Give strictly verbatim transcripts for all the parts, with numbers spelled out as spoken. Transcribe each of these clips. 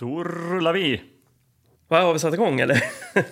Då rullar vi. Vad har vi satt igång eller?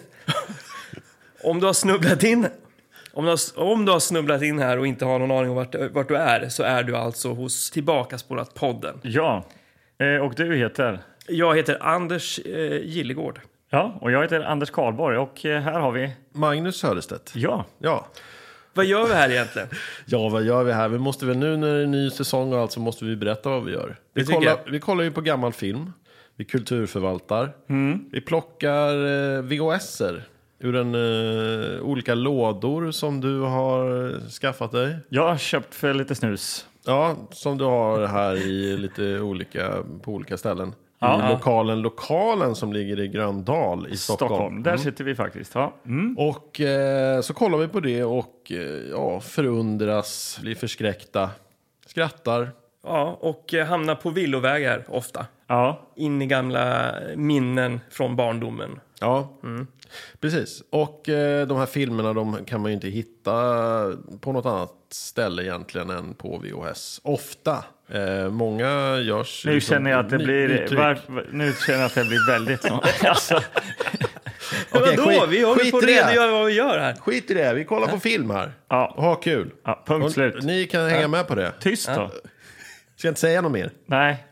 Om du har snubblat in om du har, om du har snubblat in här och inte har någon aning om vart, vart du är, så är du alltså hos Tillbakaspolat podden. Ja, eh, och du heter? Jag heter Anders eh, Gillegård. Ja, och jag heter Anders Karlborg och eh, här har vi... Magnus Söderstedt. Ja. Ja. Vad gör vi här egentligen? Ja, vad gör vi här? Vi måste väl nu när det är en ny säsong och allt så måste vi berätta vad vi gör. Vi, kollar, vi kollar ju på gammal film. Vi kulturförvaltar. Mm. Vi plockar eh, V H S-er ur en, eh, olika lådor som du har skaffat dig. Jag har köpt för lite snus. Ja, som du har här i lite olika, på olika ställen. Ja. I lokalen, lokalen som ligger i Gröndal i Stockholm. Stockholm. Där mm. sitter vi faktiskt. Ja. Mm. Och eh, så kollar vi på det och eh, ja, förundras, blir förskräckta, skrattar. Ja, och eh, hamnar på villovägar ofta. Ja. In i gamla minnen från barndomen. Ja, mm. precis. Och eh, de här filmerna de kan man ju inte hitta på något annat ställe egentligen än på V H S. Ofta. Eh, många görs... Nu liksom, känner jag att det ny, blir... Var, nu känner jag att det blir väldigt... alltså. Okej, vadå? skit, vi håller skit på att i det. redogöra vad vi gör här. Skit i det, vi kollar på film här. Ja. Och ha kul. Ja, punkt och slut. Ni kan hänga med på det. Tyst då. Ska jag inte säga något mer? Nej.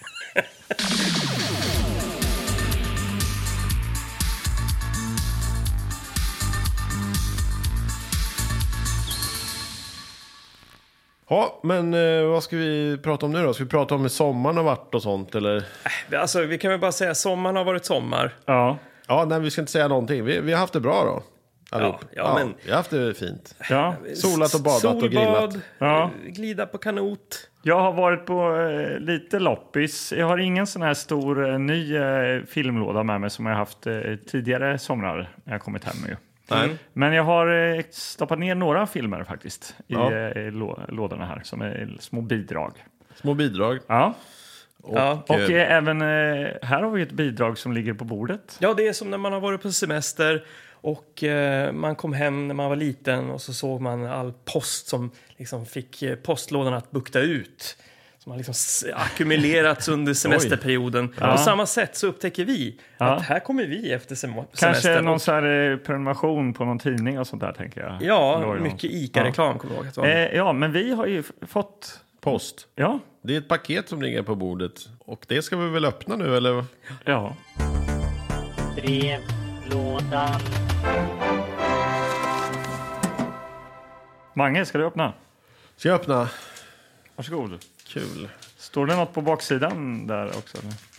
Ja, men eh, vad ska vi prata om nu då? Ska vi prata om hur sommaren har varit och sånt, eller? Alltså, vi kan väl bara säga att sommaren har varit sommar. Ja. Ja, nej, vi ska inte säga någonting. Vi, vi har haft det bra då. Allihop. Ja, ja, men- Vi har haft det fint. Ja. Solat och badat och grillat. Solbad, Ja. eh, glida på kanot. Jag har varit på eh, lite loppis. Jag har ingen sån här stor eh, ny eh, filmlåda med mig som jag haft eh, tidigare somrar när jag kommit hem ju. Nej. Men jag har eh, stoppat ner några filmer faktiskt i, Ja. eh, i lå- lådorna här som är små bidrag. Små bidrag. Ja. Och, Ja. Och eh, eh, även eh, här har vi ett bidrag som ligger på bordet. Ja, det är som när man har varit på semester och eh, man kom hem när man var liten och så såg man all post som liksom fick eh, postlådan att bukta ut. Som har liksom s- ackumulerats under semesterperioden. Ja. På samma sätt så upptäcker vi Ja. att här kommer vi efter sem- semester. Kanske någon och, så här eh, prenumeration på någon tidning och sånt där, tänker jag. ja, Någon gång. mycket ICA-reklam kommer jag ihåg att det var. Eh, ja, men vi har ju f- fått... post. Ja, Det är ett paket som ligger på bordet. Och det ska vi väl öppna nu, eller? ja. Brevlådan. Mange, ska du öppna? Ska jag öppna? Varsågod. Kul. Står det något på baksidan där också?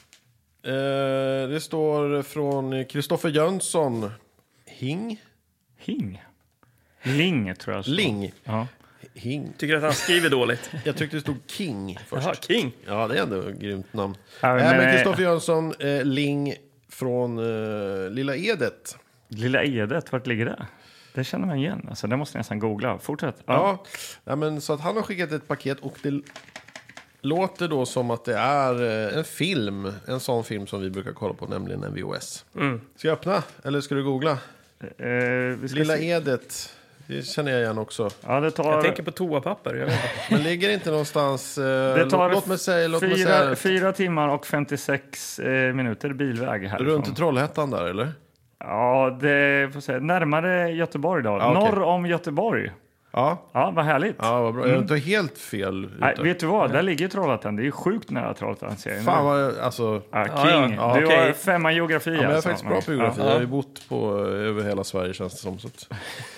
Eller? Eh, det står från Kristoffer Jönsson. Hing? Hing? Ling, tror jag. Så. Ling. Ja. Hing. Tycker att han skriver dåligt. Jag tyckte det stod King först. Jaha, King. Ja, det är ändå ett grymt namn. Ja, Nej, men- men Kristoffer Jönsson, eh, Ling från eh, Lilla Edet. Lilla Edet, vart ligger det? Det känner man igen. Alltså, det måste jag nästan googla. Fortsätt. Ja. Ja, ja men, så att han har skickat ett paket och det låter då som att det är eh, en film. En sån film som vi brukar kolla på, nämligen en V H S. Mm. Ska jag öppna? Eller ska du googla? Eh, vi ska Lilla se. Edet, det känner jag igen också. Ja, det tar... Jag tänker på toapapper. Jag vet inte. Men ligger inte någonstans... Eh, Det tar låt, låt mig säga, låt mig fyra, säga fyra timmar och femtiosex eh, minuter bilväg härifrån. runt i Trollhättan där, eller? Ja, det får säga, närmare Göteborg då. Ja, okej. Norr om Göteborg. Ja, Ja, vad härligt. ja vad bra. Jag är inte helt fel. Nej, ute. vet du vad? Där ligger Trollhättan. Det är sjukt nära Trollhättan. Ser jag. Fan vad, alltså... Ja, King. Ja, ja. Ja, Du okej. har femma geografi. Ja, men jag är alltså. faktiskt bra på geografi. Ja. Jag har ju bott på, över hela Sverige, känns det som. Så att...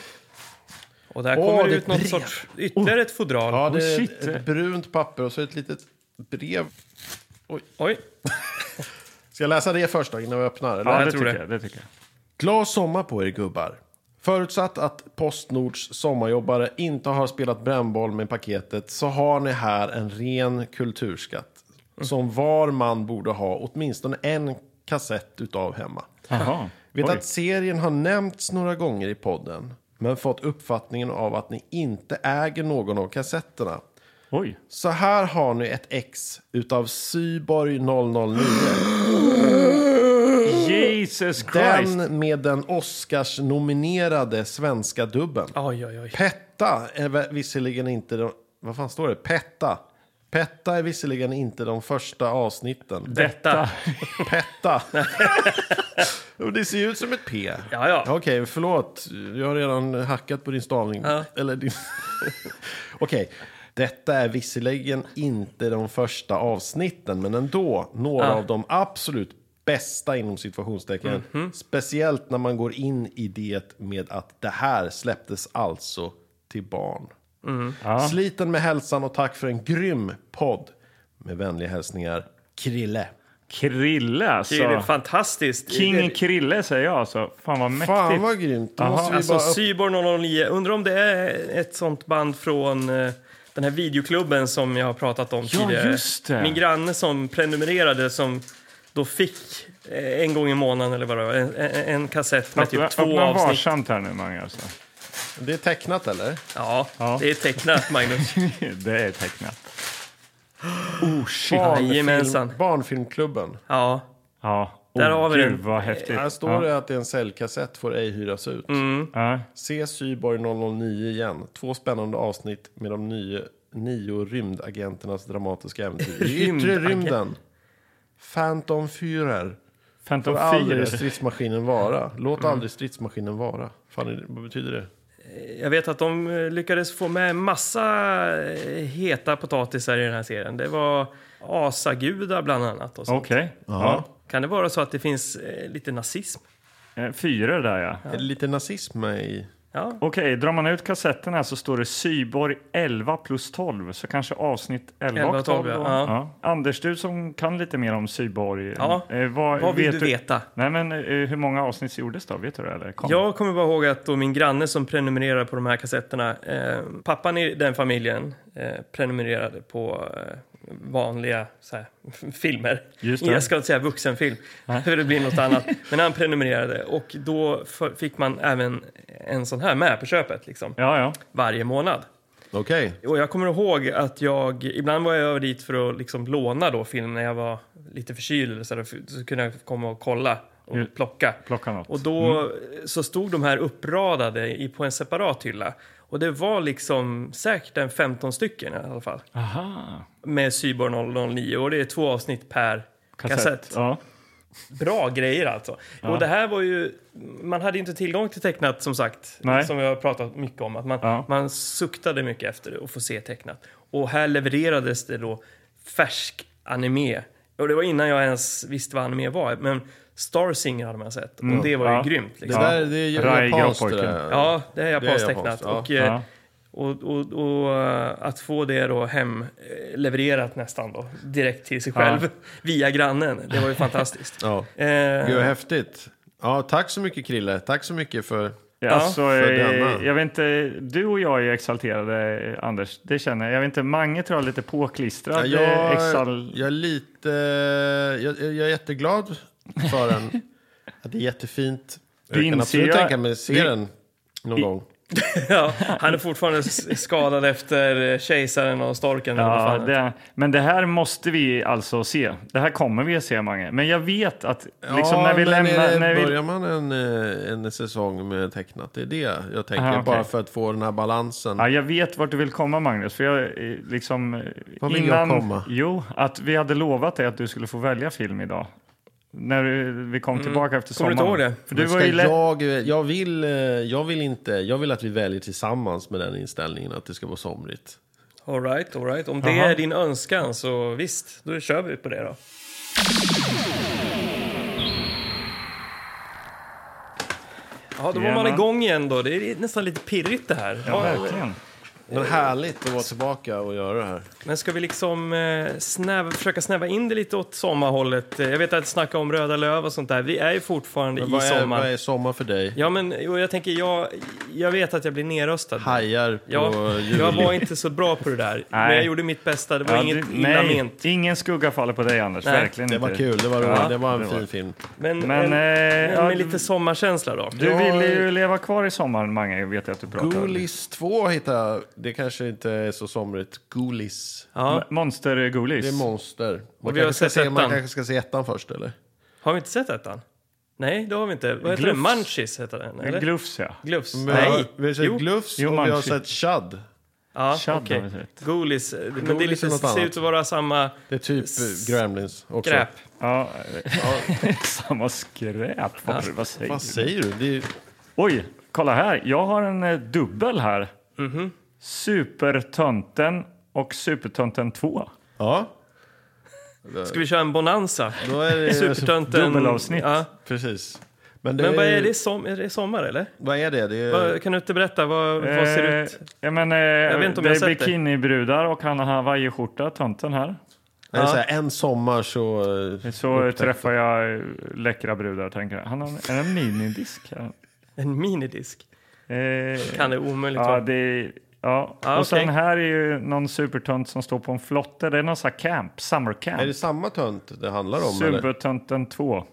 Och där Åh, kommer det det är ut något brev. sorts... Ytterligare ett fodral. Ja, det Oh, är shit. ett, ett brunt papper och så ett litet brev. Oj. Ska jag läsa det först då, innan vi öppnar? Eller? Ja, jag det tror tycker det. jag, det tycker jag. Glad sommar på er, gubbar. Förutsatt att Postnords sommarjobbare inte har spelat brännboll med paketet så har ni här en ren kulturskatt som var man borde ha åtminstone en kassett utav hemma. Jaha. Vet Oj. att serien har nämnts några gånger i podden men fått uppfattningen av att ni inte äger någon av kassetterna. Oj. Så här har ni ett ex utav Syborg noll noll nio. Jesus Christ. Den med den Oscars-nominerade svenska dubben. Oj, oj, oj. Petta är vä- visserligen inte... de- Vad fan står det? Petta. Petta är visserligen inte de första avsnitten. Detta. Petta. Och det ser ju ut som ett P. Ja, ja. Okej, okay, förlåt. Jag har redan hackat på din stavning. Ja. Eller din... Okej. Okay. Detta är visserligen inte de första avsnitten, men ändå några Ja. av de absolut bästa inom situationstecken. Mm-hmm. Speciellt när man går in i det med att det här släpptes alltså till barn. Mm. Ja. Sliten med hälsan och tack för en grym podd. Med vänliga hälsningar, Krille. Krille alltså. Det är fantastiskt. King Krille säger jag alltså. Fan vad mäktigt. Fan vad grymt. Då måste vi Alltså bara... Cyborg noll noll nio. Undrar om det är ett sånt band från eh, den här videoklubben som jag har pratat om Ja, tidigare. just det. Min granne som prenumererade som då fick eh, en gång i månaden eller vad det var, en, en, en kassett med typ Öppna- två öppna avsnitt. varsamt här nu, Mange. Alltså. Det är tecknat eller? Ja, Ja. det är tecknat, Magnus. Det är tecknat. Oh shit. Jajamensan. Barnfilmklubben. Ja, Ja. Där oh, har vi gud, den. vad häftigt. Här står ja. det att det är en säljkassett får ej hyras ut. mm. Ja. Se Cyborg noll noll nio igen. Två spännande avsnitt med de nio, nio rymdagenternas dramatiska äventyr. I yttre Rymdagent. rymden. Phantom Führer. Phantom Får aldrig fyra. stridsmaskinen vara. Låt Mm. aldrig stridsmaskinen vara. Fan, är det- vad betyder det? Jag vet att de eh, lyckades få med massa eh, heta potatisar i den här serien. Det var asagudar bland annat. Och sånt. Okej. Ja. Kan det vara så att det finns eh, lite nazism? Eh, Fyra där ja. Är det lite nazism med i? Ja, Okej, drar man ut kassetten här så står det Cyborg elva plus tolv. Så kanske avsnitt elva, elva och och tolv, tolv. då. ja. Ja. Anders, du som kan lite mer om Cyborg. Ja. Eh, vad, vad vill vet du veta? Nej, men eh, hur många avsnitt gjordes då? Vet du det? Eller? Kom. Jag kommer bara ihåg att då min granne som prenumererade på de här kassetterna, eh, pappan i den familjen eh, prenumererade på eh, vanliga så här, filmer. Just det. Jag ska inte säga vuxenfilm, för det blir något annat. Men han prenumererade och då f- fick man även en sån här med på köpet liksom, Ja, ja. varje månad. Okej. Och jag kommer ihåg att jag, ibland var jag över dit för att liksom låna då film när jag var lite förkyld eller så, där, så kunde jag komma och kolla och Mm. plocka. Plocka något. Och då så stod de här uppradade i, på en separat hylla. Och det var liksom säkert en femton stycken i alla fall. Aha. Med Cyborg noll noll nio. Och det är två avsnitt per kassett. Kassett. Ja. Bra grejer alltså. Ja. Och det här var ju... Man hade inte tillgång till tecknat som sagt. Nej. Som vi har pratat mycket om. Att man, Ja. man suktade mycket efter det och få se tecknat. Och här levererades det då färsk anime. Och det var innan jag ens visste vad anime var. Men Star Singer hade man sett. Och Mm. det var ju Ja. grymt. Det Liksom. där det är ju Rai japanskt det Gropojken. där. Ja, det är japanskt Det är tecknat. japanskt, ja. Och, eh, Ja. och, och, och eh, att få det då hem eh, levererat nästan då, direkt till sig Ja. själv via grannen. Det var ju fantastiskt. Ja. Eh, Gud, vad häftigt. Ja, tack så mycket Krille. Tack så mycket för... Ja, Ja, alltså, för eh, denna. jag vet inte, du och jag är exalterade, Anders. Det känner jag. Jag vet inte, Mange tror jag är lite påklistrad. Ja, eh, jag, exal... jag är lite... Jag, jag är jätteglad för den. Att det är jättefint. Du Jag kan inser absolut jag- tänka mig att se du- den någon I- gång. ja, han är fortfarande s- skadad efter kejsaren och storken. eller vad Ja, fan. det, men det här måste vi alltså se. Det här kommer vi att se, Mange. Men jag vet att liksom, när vi men lämnar... är det, När vi... börjar man en, eh, en säsong med tecknat? Det är det jag tänker. Aha, okej. Bara för att få den här balansen. Ja, jag vet vart du vill komma, Magnus. För jag eh, liksom... eh, Var vill innan, jag komma? Jo, att vi hade lovat dig att du skulle få välja film idag. När vi kom tillbaka efter Kommer sommaren. du inte ihåg det? För du Men var ska ju lätt... jag, jag, vill, eh, jag vill inte. Jag vill att vi väljer tillsammans med den inställningen att det ska vara somrigt. All right, all right. Om det Jaha. är din önskan så visst, då kör vi på det då. Ja, då var man Gärna. igång igen då. Det är nästan lite pirrigt det här. Ja, verkligen. Men härligt att vara tillbaka och göra det här. Men ska vi liksom eh, snäva, försöka snäva in det lite åt sommarhållet? Eh, Jag vet att jag snackar om röda löv och sånt där. Vi är ju fortfarande Men i vad, är, sommar. vad är sommar för dig? Ja, men jo, jag tänker, jag, jag vet att jag blir nerröstad. Hajar på Ja, jul. jag var inte så bra på det där. Men Nej. jag gjorde mitt bästa. Det var Ja, inget du- illa nej, ment. ingen skugga faller på dig, Anders. Nej, Verkligen Det inte. var kul, det var, Ja, det var en det fin var. film. Men, Men, en, eh, men ja, med du- lite sommarkänsla då. Du Jag- ville ju leva kvar i sommaren, Mange, vet jag att du pratar om. Ghoulies två hittade jag. Det kanske inte är så somrigt. Ghoulies. Ja. Monster-Ghoulies. Det är monster. Man, vi har kanske ska sett se, man ettan. kanske ska se ettan först, eller? Har vi inte sett ettan? Nej, det har vi inte. Vad heter Glufs. det? Munchies heter den, eller? Glufs, ja. Glufs? Vi Nej. har, vi har sett Jo. Glufs Jo, och vi har Munchie. sett Chud. Ja, Chad okej. har vi sett. Ghoulies. Men det är Ghoulies lite, är något ser annat. ut att vara samma Det är typ eh, Gremlins också. skräp. Ja, samma skräp. Vad, vad säger Vad du? säger du? Det är... Oj, kolla här. Jag har en eh, dubbel här. Mhm. Supertönten och Supertönten två. Ja, Ska vi köra en bonanza? då är det... Supertönten. Dubbelavsnitt. Ja. Precis. Men, det Men vad är det? Som, är det sommar eller? Vad är det? det är... Vad, kan du inte berätta? Vad, vad ser Eh, ut? ja, men, eh, vet inte om det jag är har sett det. bikinibrudar och han har hawaiiskjorta, tönten här. Är det så här, en sommar så... eh, Så upptäckte- träffar jag eh, läckra brudar, tänker jag. Han har en, en minidisk här. En minidisk? Eh, Kan det omöjligt ja, vara? det är, ja. Ah, och sen okej. här är ju någon supertönt som står på en flotte. Det är någon sån här camp, summer camp. Är det samma tönt det handlar om? eller? Supertönten två.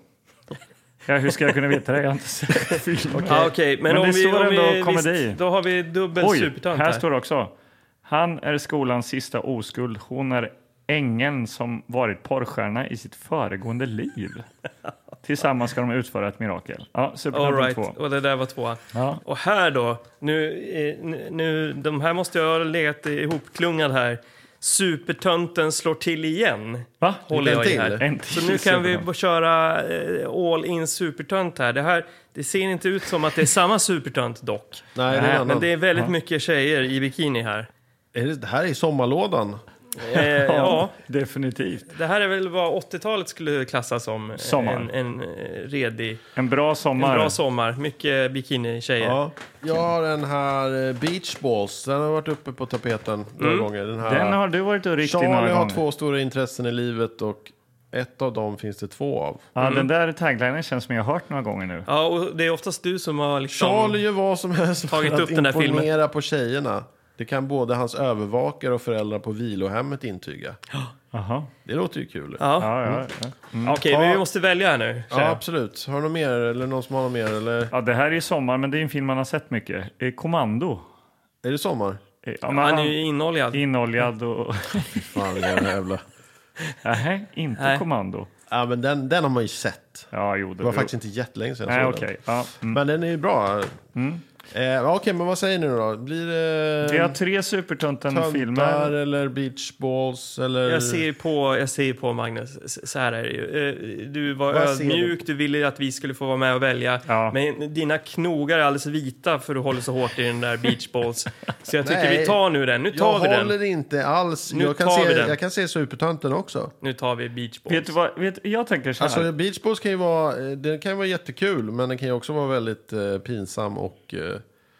Ja, hur ska jag kunna veta det? Jag har inte sett filmen. Ja, okej. Men, Men om det vi, står om ändå vi, komedi. visst, då har vi dubbel Oj, supertönt här här. står det också. Han är skolans sista oskuld. Hon är ängeln som varit porrstjärna i sitt föregående liv. Tillsammans ska de utföra ett mirakel. Ja, All Supertönten right. två. Och det där var två. Ja. Och här då, nu, eh, nu- nu, de här måste jag ha legat ihopklungad här. Supertönten slår till igen. Va? Håller jag i till? här. En Så till nu kan vi supertönt. bara köra eh, all in supertönt här. Det här. Det ser inte ut som att det är samma supertönt dock. Nej, det är en Nej, annan. Men det är väldigt mycket tjejer i bikini här. Är det, det här är sommarlådan. Eh, ja, Definitivt. det här är väl vad åttiotalet skulle klassas som. eh, Sommar. En, en eh, redig, En bra en sommar. bra sommar. Mycket bikini-tjejer. Ja. Jag har den här eh, Beach Balls. Den har varit uppe på tapeten några gånger. Den, här, Den har du varit och riktigt Charlie några har gånger. två stora intressen i livet och ett av dem finns det två av. Ja, den där taglinen känns som jag har hört några gånger nu. Ja, och det är oftast du som har liksom... Charlie gör vad som helst Tagit för upp att den där imponera på tjejerna. Det kan både hans övervakare och föräldrar på vilohemmet intyga. Jaha. Det låter ju kul. Ja, Ja, ja, ja. okej, Ja. men vi måste välja här nu. Ja, absolut. Har du något mer? Eller någon som har något mer? Eller Ja, det här är sommar, men det är en film man har sett mycket. Eh, Kommando. är det sommar? Eh, Ja, men Han är han ju inoljad. inoljad och... Fan, det är jävla... Nej, inte Nej. Kommando. Ja, men den, den har man ju sett. Ja, jo. Det var faktiskt inte jättelänge sedan jag Nej, såg okej. den. Ja. Mm. Men den är ju bra. Eh, ja, okej, men vad säger ni då? Blir det Vi har tre Supertönten-filmer. töntar eller beach balls eller... Jag ser på, jag ser på Magnus, S- så här är det ju. Eh, Du var Vad ser ödmjuk, du ville att vi skulle få vara med och välja. Ja. Men dina knogar är alldeles vita för du håller så hårt i den där beach balls. Så jag tycker Nej, vi tar nu den. Nu tar jag vi den. håller inte alls. Nu Jag kan, tar se, vi den. jag kan se supertönten också. Nu tar vi beach balls. Vet du vad? Vet, jag tänker så här. Alltså beach balls kan ju vara, eh, den kan ju vara jättekul, men den kan ju också vara väldigt eh, pinsam och... Eh,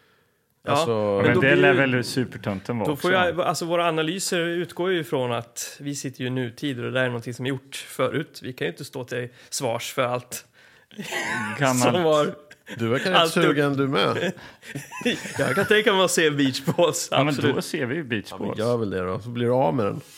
Ja, alltså, men men då det blir- lär väl Supertönten vara Då också. får jag, alltså våra analyser utgår ju ifrån att vi sitter ju i nutid och det där är någonting som är gjort förut. Vi kan ju inte stå till svars för allt Kan som man... var... du verkar rätt Allt upp. sugen du med. Jag kan tänka mig att se beach balls, Ja, men absolut. då ser vi ju Beach Men Balls. gör väl det då, så blir du av med den.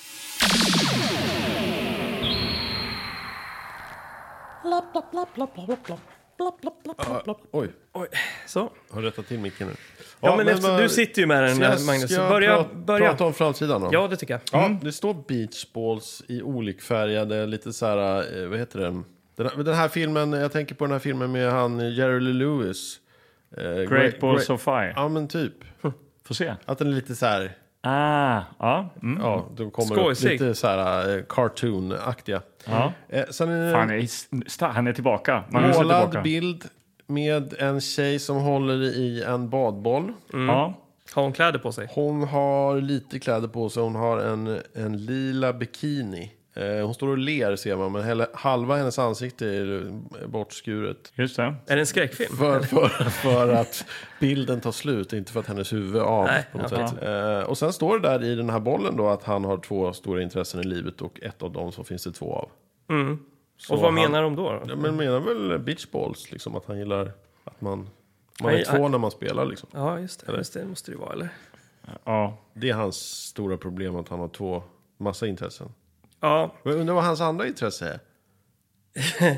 Ja, oj, Oj, så. har rättat till micken nu. Ja, men, efter, vad- du sitter ju med den, Ska jag, Magnus. ska jag Börja, prata, börja. prata om framsidan då? Ja, det tycker jag. Ja, det står beach balls i olikfärgade, lite så här, eh, vad heter den? Den här, den här filmen, jag tänker på den här filmen med han Jerry Lee Lewis. Eh, Great Balls of Fire. Ja, men typ. Får se. Att den är lite så här, Ah, ja. Mm. ja, de kommer upp Skojsig. lite så här eh, cartoon-aktiga. ja. Eh, sen är det Fan, jag är sta- han är tillbaka. Man är målad tillbaka. bild med en tjej som håller i en badboll. Ja. Har hon kläder på sig? Hon har lite kläder på sig. Hon har en, en lila bikini. Eh, hon står och ler ser man, men hela, halva hennes ansikte är bortskuret. Just det. Är det en skräckfilm? För, för, för att bilden tar slut, inte för att hennes huvud är av. Nej, på något okej. sätt. Eh, och sen står det där i den här bollen då att han har två stora intressen i livet och ett av dem så finns det två av. Mm. Så Och vad han, menar de då? Ja, men menar väl beach balls, liksom att han gillar att man, man är Nej, två nej. när man spelar liksom. Ja, just det. Just det måste det ju vara, eller? Ja. Det är hans stora problem att han har två massa intressen. Ja, Jag undrar vad hans andra intresse är.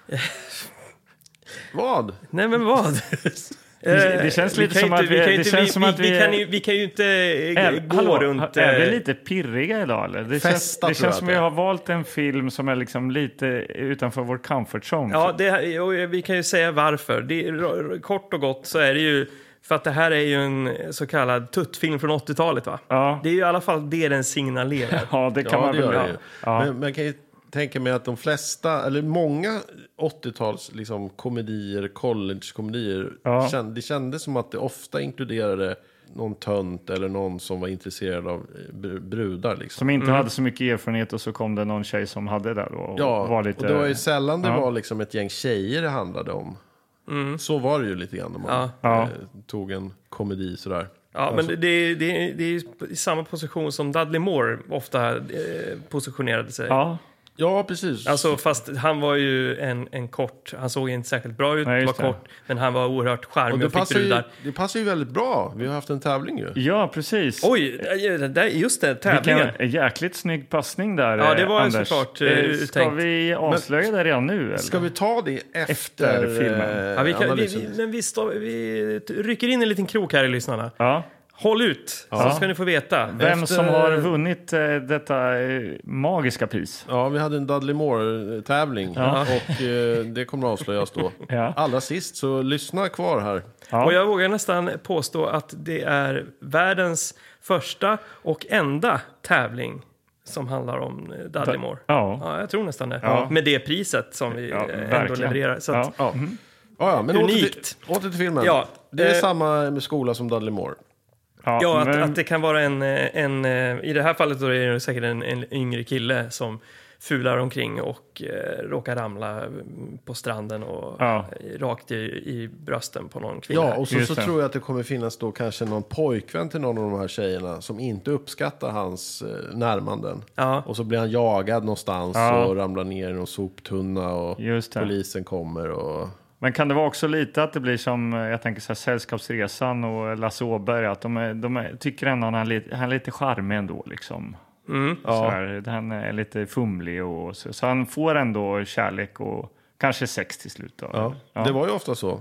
Vad? nej men vad? Det- det känns Eh, lite kan som inte- att vi- kan det inte- känns som att vi vi, är- kan ju, vi kan ju inte eh, Är, gå hallå, runt... är vi eh, lite pirriga idag eller? Det Festa, känns, tror det jag känns att som det vi är. har valt en film som är liksom lite utanför vår comfort zone. Ja, det, och vi kan ju säga varför. Det, är- kort och gott så är det ju För att det här är ju en så kallad tuttfilm från åttiotalet, va? Ja. Det är ju i alla fall det den signalerar. Ja, det kan Ja, man det väl gör göra. det ju. Ja. Men man kan ju tänka mig att de flesta, eller många åttio-tals liksom, komedier, college-komedier, Ja. känd, det kändes som att det ofta inkluderade någon tönt eller någon som var intresserad av br- brudar. Liksom. Som inte hade så mycket erfarenhet och så kom det någon tjej som hade det och Ja, var lite... och det var ju sällan det Ja. var liksom ett gäng tjejer det handlade om. Så var det ju lite grann när man Ja. Ja. eh, tog en komedi sådär. Ja, men det, det, det, det är ju i samma position som Dudley Moore ofta eh, positionerade sig. Ja, Ja, precis. Alltså, fast han var ju en, en kort, han såg inte särskilt bra ut, Nej, var just det. kort, men han var oerhört och charmig det, och, fick passar ju, brudar. det passar ju väldigt bra. Vi har haft en tävling ju. ja precis. Oj, det där- just det, tävlingen. Vilken jäkligt snygg passning där, Ja, det eh, var ju Anders. såklart, eh, Eh, Ska uttänkt. vi avslöja det redan nu? Eller? Ska vi ta det efter, Efter filmen? eh, Ja, vi, kan, vi, analysen? vi, men vi, står, vi rycker in en liten krok här i lyssnarna. Ja. Håll ut, Ja. så ska ni få veta. Vem Efter- som har vunnit eh, detta eh, magiska pris? Ja, vi hade en Dudley Moore-tävling Ja. och eh, det kommer att avslöjas då. Ja. Allra sist, så lyssna kvar här. Ja. Och jag vågar nästan påstå att det är världens första och enda tävling som handlar om eh, Dudley Moore. Ja. Ja, jag tror nästan det. Ja. Med det priset som vi Ja, eh, ändå verkligen. levererar. Så att, Ja. Ja, ja, ja men åter till, Unikt. åter till filmen. Ja, det är eh, samma med skola som Dudley Moore. Ja, Ja, att, men- att det kan vara en, en... I det här fallet då är det säkert en, en yngre kille som fular omkring och eh, råkar ramla på stranden och Ja. rakt i, i brösten på någon kvinna. Ja, och så, Just så det. tror jag att det kommer finnas då kanske någon pojkvän till någon av de här tjejerna som inte uppskattar hans eh, närmanden. Ja. Och så blir han jagad någonstans Ja. och ramlar ner i någon soptunna och Just det. polisen kommer och... Men kan det vara också lite att det blir som, eh, jag tänker så här, Sällskapsresan och Lasse Åberg, att de, är, de är, tycker ändå han är lite, han är lite charmig ändå liksom. Mm. Så här, han är lite fumlig och så, så han får ändå kärlek och kanske sex till slut då. Ja, Ja. det var ju ofta så.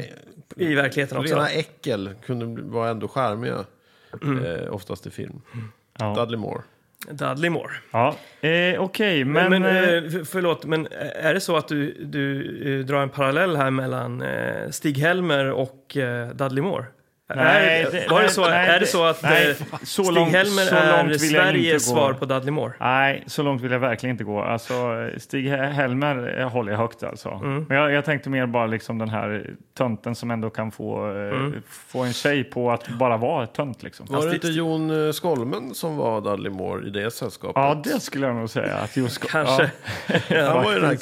I verkliligheten också. Rena äckel kunde vara ändå charmiga. Eh, oftast i film. Ja. Dudley Moore. Dudley Moore. Ja, eh, okej, men... Men, men eh, eh, för- förlåt, men är det så att du, du eh, drar en parallell här mellan eh, Stig Helmer och eh, Dudley Moore? Nej, är, det- var det nej, så, nej, är det det- så att nej, eh, så Stig långt- Helmer så är långt vill jag inte Sveriges gå. svar på Dudley Moore? Nej, så långt vill jag verkligen inte gå. Alltså, Stig Helmer eh, håller jag högt alltså. Mm. Men jag, jag tänkte mer bara liksom den här tönten som ändå kan få, eh, Mm. få en tjej på att bara vara tönt liksom. Var det Fast inte Jon eh, Skolmen som var Dudley Moore i det sällskapet? Ja, det skulle jag nog säga. Att just, Kanske. Ja, Han var ju den här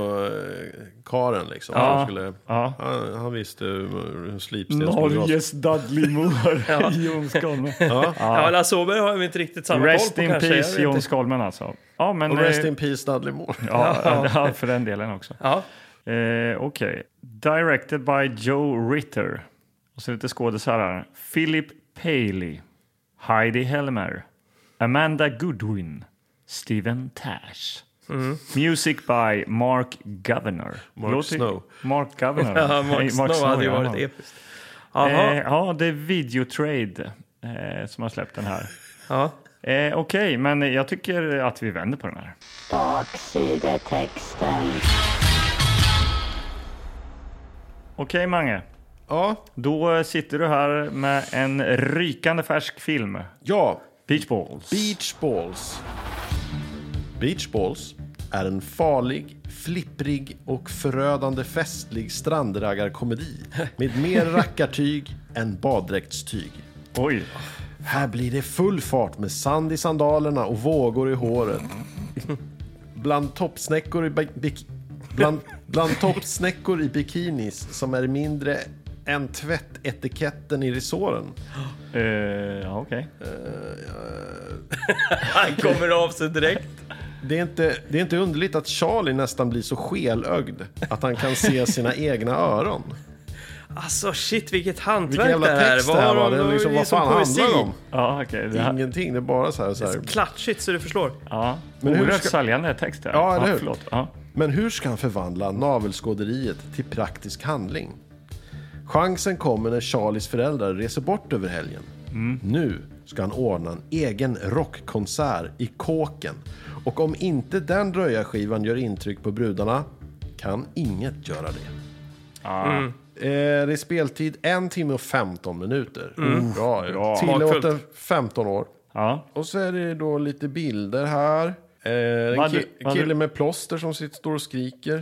kvinnokaren liksom. Ja. Han, skulle, ja. han, han visste hur slipsten skulle dras. Norges Dudley Moore. Ja. Jon Skolmen. Ja. Ja, Lasse Åberg har vi inte riktigt samma Rest koll in på kanske. jag peace vet Jon inte. Skolmen alltså. Ja, men, Och rest eh, in peace Dudley Moore. ja, ja, för den delen också. Ja. Eh, Okej. Directed by Joe Ritter. Och så lite skådisar här. Philip Paley. Heidi Helmer. Amanda Goodwin. Steven Tash. Music by Mark Governor. Mark Låter- Snow. Mark Governor. Ja, Nej, Mark Snow hade ju ja. varit episkt. Eh, Jaha. ja, det är Videotrade eh, som har släppt den här. Ja. Eh, Okej, men jag tycker att vi vänder på den här. Baksidetexten. Okej, Mange. Ja, Då sitter du här med en rykande färsk film. ja. Beach Balls. Beach Balls. Beach Balls är en farlig, flipprig och förödande festlig strandraggarkomedi med mer rackartyg än baddräktstyg. Oj. Här blir det full fart med sand i sandalerna och vågor i håret. Bland toppsnäckor i, bi- bik- bland, bland toppsnäckor i bikinis som är mindre än tvättetiketten i resåren. Uh, ja, okej. Han kommer av sig direkt. Det är, inte, det är inte underligt att Charlie nästan blir så skelögd att han kan se sina egna öron. Alltså shit, vilket hantverk Vilken jävla det här. text det här var. har Det de- är liksom, det är vad som fan poesi. handlar det om? Ja, okej. Det här- Ingenting, det är bara så här. Så här. Klatschigt så du förstår. Ja. Men hur Oerhört ska- säljande text där. Ja, eller hur? Förlåt. Ja. Men hur ska han förvandla navelskåderiet till praktisk handling? Chansen kommer när Charlies föräldrar reser bort över helgen. Nu ska han ordna en egen rockkonsert i kåken. Och om inte den dröjarskivan gör intryck på brudarna kan inget göra det. Ah. Mm. Eh, det är speltid en timme och femton minuter. Mm. Bra, Bra. Tillåten femton år. Ja. Och så är det då lite bilder här. Eh, en Vad ki- du- vad kille du- med plåster som sitter, står och skriker.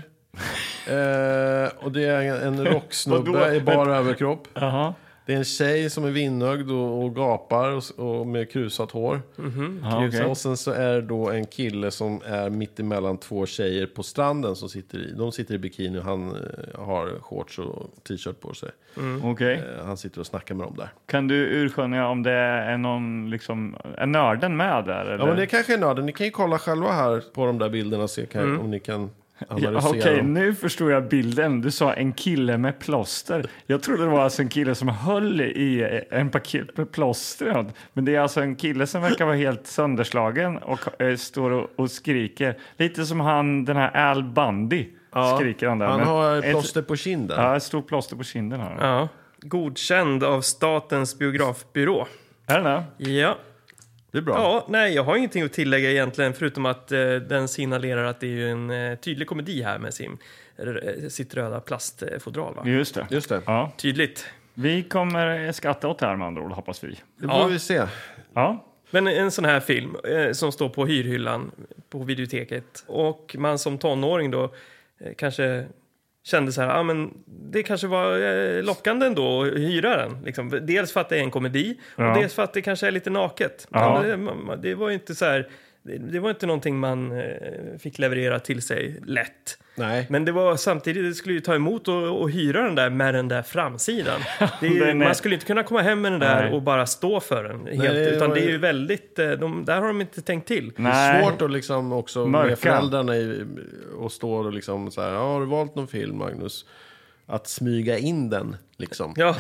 eh, och det är en, en rocksnubbe Vadå? i bara överkropp. Jaha. Det är en tjej som är vinnögd och, och gapar och, och med krusat hår. Ja, okej. Och sen så är det då en kille som är mitt emellan två tjejer på stranden som sitter i. De sitter i bikini och han eh, har shorts och t-shirt på sig. Okej. Eh, han sitter och snackar med dem där. Kan du urskönja om det är någon, liksom, är nörden med där? Eller? Ja, men det kanske är nörden. Ni kan ju kolla själva här på de där bilderna och se kan, om ni kan Ja, analysera Okej, dem. nu förstår jag bilden. Du sa en kille med plåster. Jag trodde det var alltså en kille som höll i en paket med plåster. Men det är alltså en kille som verkar vara helt sönderslagen och äh, står och, och skriker. Lite som han, den här Al Bundy, Ja, skriker han där. Han Men har ett- plåster på kinden. Ja, ett stort plåster på kinden här. Ja. Godkänd av Statens biografbyrå. Är det det? Ja. Det är bra. Ja, nej, jag har ingenting att tillägga egentligen förutom att eh, den signalerar att det är ju en eh, tydlig komedi här med sin, eh, sitt röda plastfodral. Va? Just det. Just det. Ja. Tydligt. Vi kommer skatta åt det här med andra ord, hoppas vi. Det får Ja. vi se. Ja. Men en sån här film eh, som står på hyrhyllan på videoteket och man som tonåring då eh, kanske kände så här, ah, men det kanske var eh, lockande ändå att hyra den. Liksom. Dels för att det är en komedi Ja. och dels för att det kanske är lite naket. Ja. Men det, man, det var inte så här, det, det var inte någonting man eh, fick leverera till sig lätt. Nej. Men det var samtidigt, det skulle ju ta emot och, och hyra den där med den där framsidan. Det är ju, Den är- man skulle inte kunna komma hem med den där Nej. och bara stå för den helt, det utan var det är ju- ju väldigt, eh, de, där har de inte tänkt till. Det Nej. är svårt att liksom också Mörka. med föräldrarna i, och stå och liksom så här, ja, har du valt någon film, Magnus? Att smyga in den liksom. Ja,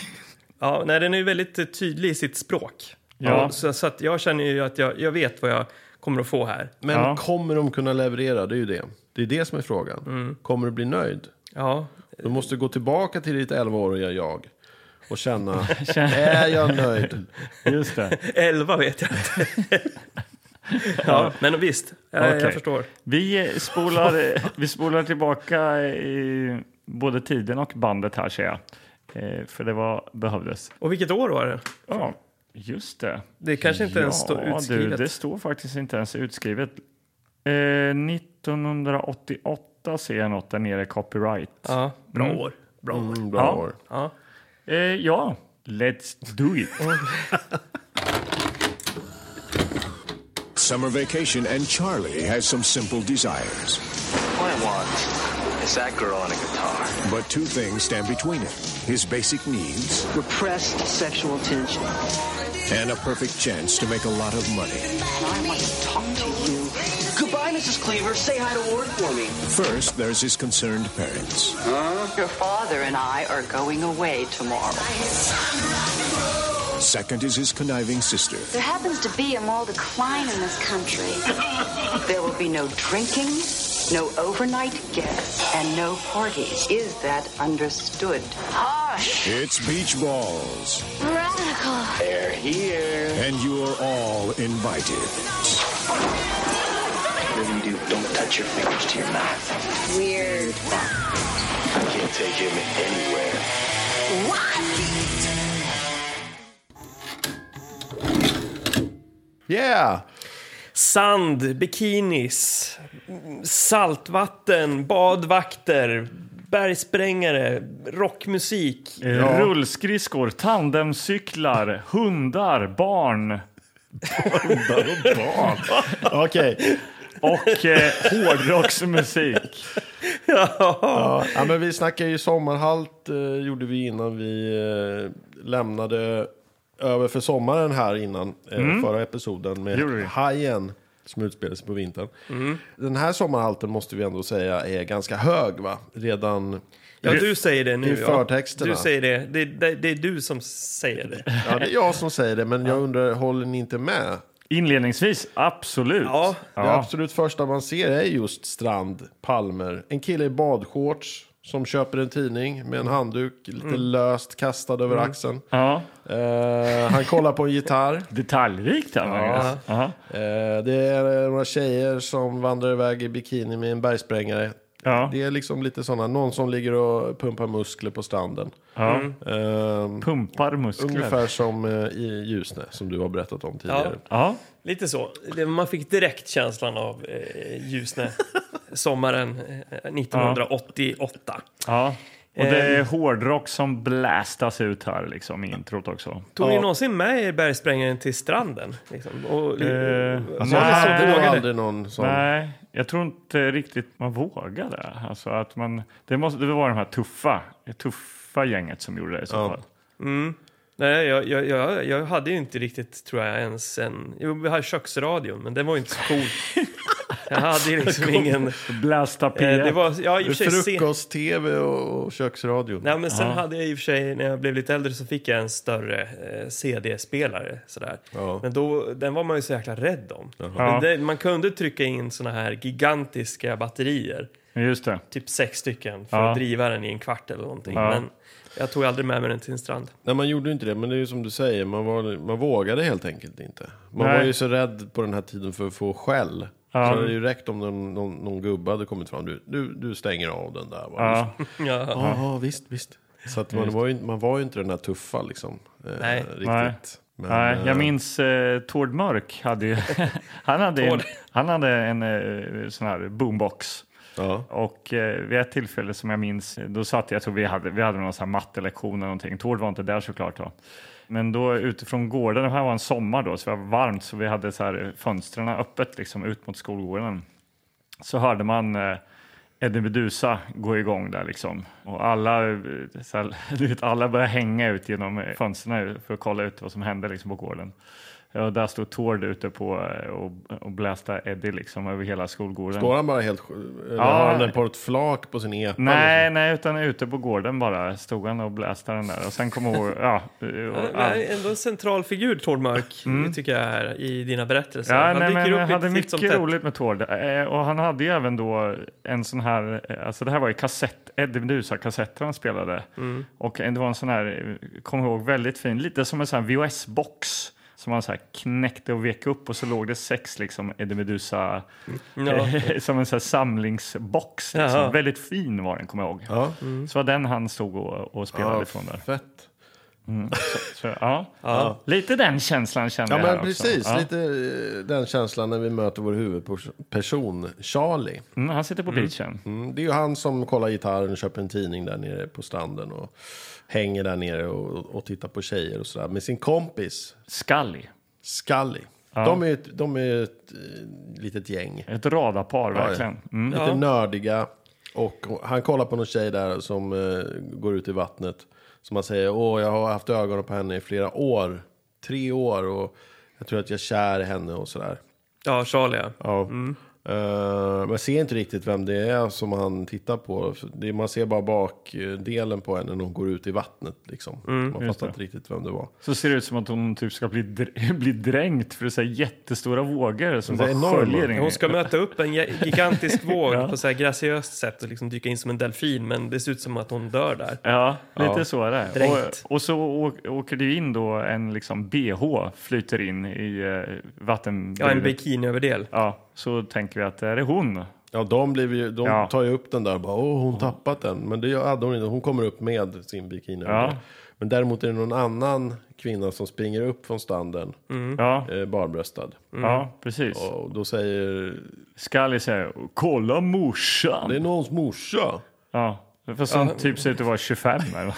ja nej, den är ju väldigt eh, tydlig i sitt språk. Ja. Så, så att jag känner ju att jag, jag vet vad jag kommer att få här. Men Ja. kommer de kunna leverera? Det är ju det. Det är det som är frågan. Kommer du bli nöjd? Ja, Du måste gå tillbaka till ditt elvaåriga jag och känna, är jag nöjd? Just det. elva vet jag inte. Ja, men visst, jag, Okej. jag förstår. Vi spolar, vi spolar tillbaka i både tiden och bandet här, ser jag. Eh, för det var, behövdes. Och vilket år var det? Ja, just det. Det kanske inte ens står Ja, utskrivet. du, det står faktiskt inte ens utskrivet. Eh, nittonhundraåttioåtta ser jag något där nere, copyright. Ja, bra Mm. år. Bra år. Mm, bra Ja. år. Ja. Eh, ja, let's do it. Summer vacation, and Charlie has some simple desires. All I want is that girl on a guitar. But two things stand between him. His basic needs Repressed sexual tension. and a perfect chance to make a lot of money. I want to talk to you. Goodbye, Missus Cleaver. Say hi to Ward for me. First, there's his concerned parents. Your father and I are going away tomorrow. Second is his conniving sister. There happens to be a moral decline in this country. There will be no drinking, no overnight guests, and no parties. Is that understood? Hush! It's beach balls, Radical! They're here. and you're all invited. Whatever you do, don't touch your fingers to your mouth. Weird. I can't take him anywhere. Yeah! Sand, bikinis, saltvatten, badvakter, bergsprängare, rockmusik. Eh, Rullskridskor, tandemcyklar, hundar, barn Okej. och eh, hårdrocksmusik. Ja, ja, men vi snackade ju sommarhalt, eh, gjorde vi innan vi eh, lämnade över för sommaren här innan eh, förra episoden med Gjorde vi. Hajen som utspelade sig på vintern. Den här sommarhalten måste vi ändå säga är ganska hög, va? Redan Ja, du säger det nu. i förtexterna. Ja. Du säger det. Det, det. det är du som säger det. ja, det är jag som säger det, men jag undrar, håller ni inte med? Inledningsvis, absolut. Ja. Det absolut första man ser är just strand, palmer, en kille i badshorts som köper en tidning med en handduk lite löst kastad över axeln. Ja. Eh, han kollar på en gitarr. Detaljrikt här, Magnus. Ja. Eh, det är några tjejer som vandrar iväg i bikini med en bergsprängare. Ja. Det är liksom lite sådana, någon som ligger och pumpar muskler på stranden. Ja. Ehm, Pumpar muskler. ungefär som eh, i Ljusne, som du har berättat om tidigare. Ja. Lite så. Det, man fick direkt känslan av eh, Ljusne sommaren eh, nittonhundraåttioåtta. Ja. Och det är hårdrock som blästas ut här liksom i introt också. Tog ni Ja. någonsin med er bergsprängaren till stranden? Liksom? Och, Eh, Alltså, nej. jag hade nog vågade. aldrig någon som... Nej, jag tror inte riktigt man vågade. Alltså att man, det måste det var de här tuffa, det tuffa gänget som gjorde det i så Ja. fall. Nej, jag, jag, jag, jag hade ju inte riktigt, tror jag, ens en... Jo, vi hade köksradion, men den var ju inte så cool. Jag hade ju liksom ingen... Blästa P Eh, ett. det var, ja, i och för sig... se- Frukost-tv och, och köksradio. Nej, men sen Ja. hade jag i och för sig, när jag blev lite äldre så fick jag en större eh, C D-spelare. Sådär. Ja. Men då, den var man ju så jäkla rädd om. Ja. Men det, man kunde trycka in såna här gigantiska batterier. Just det. Typ sex stycken för Ja. att driva den i en kvart eller någonting. Ja. Men jag tog aldrig med mig den till en strand. Nej, man gjorde ju inte det, men det är ju som du säger, man, var, man vågade helt enkelt inte. Man Nej. var ju så rädd på den här tiden för att få skäll. Ja. Så det hade ju räckt om någon, någon, någon gubbe hade kommit fram. Du, du, du stänger av den där. Va? Ja. Ja. Ja, ja, visst, visst. Så att man, var ju, man var ju inte den där tuffa liksom. Eh, Nej. Riktigt. Nej. Men, Nej, jag eh, minns eh, Tord Mörk hade ju, han hade en, Tord. han hade en eh, sån här boombox. Ja. Och eh, vid ett tillfälle som jag minns, då satt jag, jag tror vi hade, vi hade någon sån här mattelektion eller någonting. Tord var inte där såklart då. Men då utifrån gården, det här var en sommar då, så det var varmt så vi hade så här fönstren öppet liksom ut mot skolgården. Så hörde man eh, Eddie Meduza gå igång där liksom. Och alla, eh, så här, du vet, alla började hänga ut genom eh, fönstren för att kolla ut vad som hände liksom på gården. Och där stod Tord ute på eh, och, och blästa Eddie liksom över hela skolgården. Står han bara helt... Eller Ja. har han den på ett flak på sin epa? Nej, liksom? nej, utan ute på gården bara stod han och bläste den där. Och sen kom ihåg, ja. Och, Ja, ändå en central figur, Tord Mörk, det tycker jag är i dina berättelser. ja, Han nej, dyker men upp jag lite hade titt som mycket tätt. roligt med Tord. Eh, och han hade ju även då en sån här, eh, alltså det här var ju kassett, Eddie Meduza-kassetter han spelade. Och det var en sån här, eh, kom ihåg, väldigt fin, lite som en sån här V H S-box. Som man så här knäckte och vek upp och så låg det sex liksom Eddie Meduza Ja. eh, som en sån här samlingsbox. Liksom. Jaha. Väldigt fin var den, kommer jag ihåg. Ja. Så var den han stod och, och spelade Ja, ifrån där. fett. Så, ja. Ja. Lite den känslan kände Ja, jag här men också. precis. Ja. Lite eh, den känslan när vi möter vår huvudperson, Charlie. Mm, han sitter på beachen. Mm, det är ju han som kollar gitarren och köper en tidning där nere på stranden och hänger där nere och, och tittar på tjejer och sådär. Med sin kompis, Scully. Scully. De är ett, de är ett eh, litet gäng. Ett radarpar, Ja, verkligen. Mm. Lite Ja. nördiga. Och han kollar på någon tjej där som eh, går ut i vattnet. Som han säger, åh, jag har haft ögonen på henne i flera år. Tre år och jag tror att jag är kär i henne och sådär. Ja, Charlie, ja. Ja. Eh, men jag ser inte riktigt vem det är som han tittar på. För det, man ser bara bakdelen på henne när hon går ut i vattnet. Liksom. man just fattar det. inte riktigt vem det var. Så ser det ut som att hon typ ska bli, dr- bli dränkt för det är så här jättestora vågor som Det är bara enorma. sköljer in. Hon ska möta upp en ge- gigantisk våg Ja. på så här graciöst sätt och liksom dyka in som en delfin, men det ser ut som att hon dör där. Ja, lite Ja. så är det. Dränkt. Och, och så å- åker det ju in då en liksom B H flyter in i eh, vatten. Ja, en bikiniöverdel. Ja, så tänker vi att det är hon. Ja, de, blev ju, de Ja. tar ju upp den där och bara, åh, hon tappat den. Men det hade hon inte. Hon kommer upp med sin bikini. Ja. Men däremot är det någon annan kvinna som springer upp från stranden, Ja, eh, barbröstad. ja, precis. Och då säger, Scully säger, kolla morsan. det är någons morsa. Ja, för som Ja. typ ser ut att vara tjugofem eller?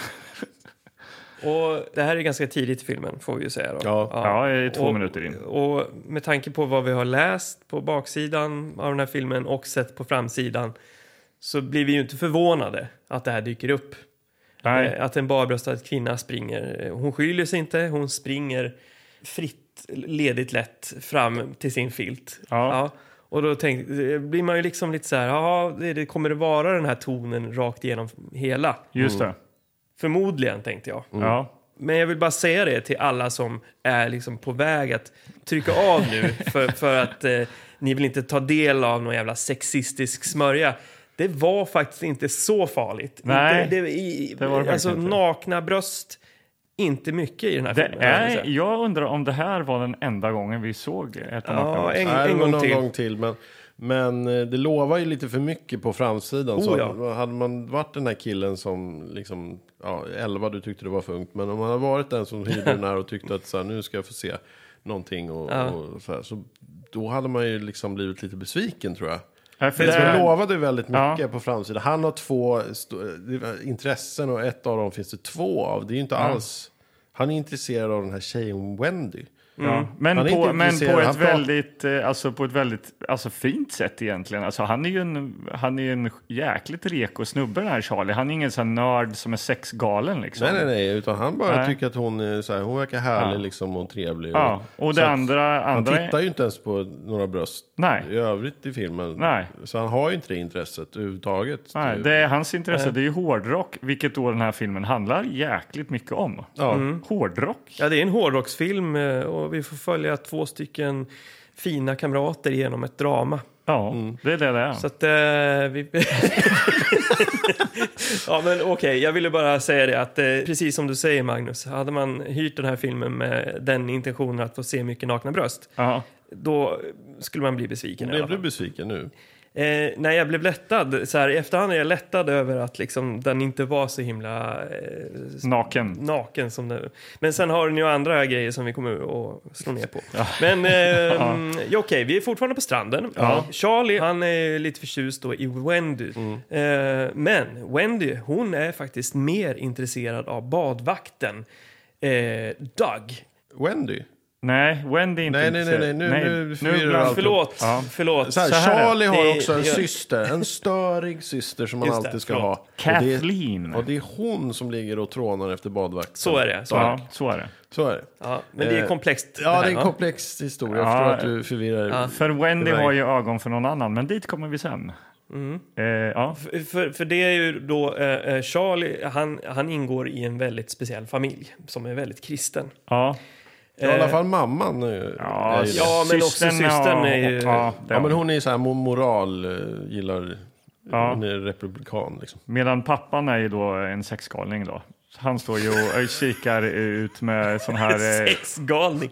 Och det här är ganska tidigt i filmen, får vi ju säga då. Ja. Ja, i två och, minuter in. Och med tanke på vad vi har läst på baksidan av den här filmen och sett på framsidan så blir vi ju inte förvånade att det här dyker upp. Nej. Eh, Att en barbröstad kvinna springer. Hon skyller sig inte, hon springer fritt, ledigt lätt fram till sin filt. Ja. Och då tänk, blir man ju liksom lite så här, ja, det, det kommer det vara den här tonen rakt igenom hela. Just det. Förmodligen, tänkte jag. Ja. Men jag vill bara säga det till alla som är liksom på väg att trycka av nu för, för att eh, ni vill inte ta del av någon jävla sexistisk smörja. Det var faktiskt inte så farligt. Nej, inte, det, i, det var det alltså faktiskt inte. nakna bröst, inte mycket i den här Det filmen. kan jag är, säga. jag undrar om det här var den enda gången vi såg ett Ja, nakna bröst. en, Nej, det en var gång någon till. gång till. Men Men eh, det lovar ju lite för mycket på framsidan. Oh, så ja. hade man varit den här killen som liksom, ja, elva du tyckte det var för ungt. Men om man hade varit den som hyrde den här och tyckte att så här, nu ska jag få se någonting. Och, Ja. och så, här, så då hade man ju liksom blivit lite besviken tror jag. Ja, för Det det- lovade ju väldigt mycket Ja. på framsidan. Han har två st- intressen och ett av dem finns det två av. Det är ju inte alls... Han är intresserad av den här tjejen Wendy. Ja. Men, Han är inte på, men på intresserad. ett Han pratar- väldigt, eh, alltså på ett väldigt alltså fint sätt egentligen. Alltså han är ju en, han är ju en jäkligt reko snubbe den här Charlie. Han är ingen sån nörd som är sexgalen liksom. Nej, nej, nej. Utan han bara Nej. tycker att hon är så här, hon verkar härlig Ja. liksom och trevlig. Ja, och så det att andra... Han andra tittar ju inte ens på några bröst Nej. i övrigt i filmen. Nej. Så han har ju inte det intresset överhuvudtaget. Nej, det är hans intresse, det är ju hårdrock, vilket då den här filmen handlar jäkligt mycket om. Ja. Hårdrock. Ja, det är en hårdrocksfilm eh, och vi får följa två stycken fina kamrater genom ett drama. Ja, det är det det är. Så att eh, vi... Ja, men okej, okay, jag ville bara säga det att eh, precis som du säger Magnus, hade man hyrt den här filmen med den intentionen att få se mycket nakna bröst, Ja. då skulle man bli besviken. i alla Blev fall. du besviken nu? Eh, nej, jag blev lättad. Så här, i efterhand är jag lättad över att liksom, den inte var så himla eh, Naken. naken som det. Men sen har den ju andra grejer som vi kommer att slå ner på. Men eh, ja. Ja, okej, vi är fortfarande på stranden. Ja. Charlie, han är lite förtjust då i Wendy. Eh, men Wendy, hon är faktiskt mer intresserad av badvakten eh, Doug. Wendy? Nej, Wendy är inte Nej, nej, nej, nej, nu- nu förvirrar du bland- allt. Förlåt, Ja. förlåt. Så här, Så här är Charlie det. har Det- också en jag- syster, en störig syster som man Just det, alltid ska förlåt. ha. Och det är- Kathleen. Och det är hon som ligger och trånar efter badvakten. Så är det. Så, Ja, så är det. Så är det. ja, men det är Eh, komplext. Ja, här, det är en va? komplex historia. Jag Ja. förstår att du förvirrar. Ja. För Wendy Iväg. har ju ögon för någon annan, men dit kommer vi sen. Eh, ja. För, för, för det är ju då eh, Charlie, han, han ingår i en väldigt speciell familj som är väldigt kristen. Ja. Ja, i alla fall mamman. eh, Ja, är ju det. Ja, men också systern, systern ja, är ju- Ja, det Ja, är men hon. hon är ju så här mo- moral, eh, gillar, Ja. hon är republikan liksom. Medan pappan är ju då en sexgalning då. Han står ju och eh, kikar ut med sån här... eh, Sexgalning.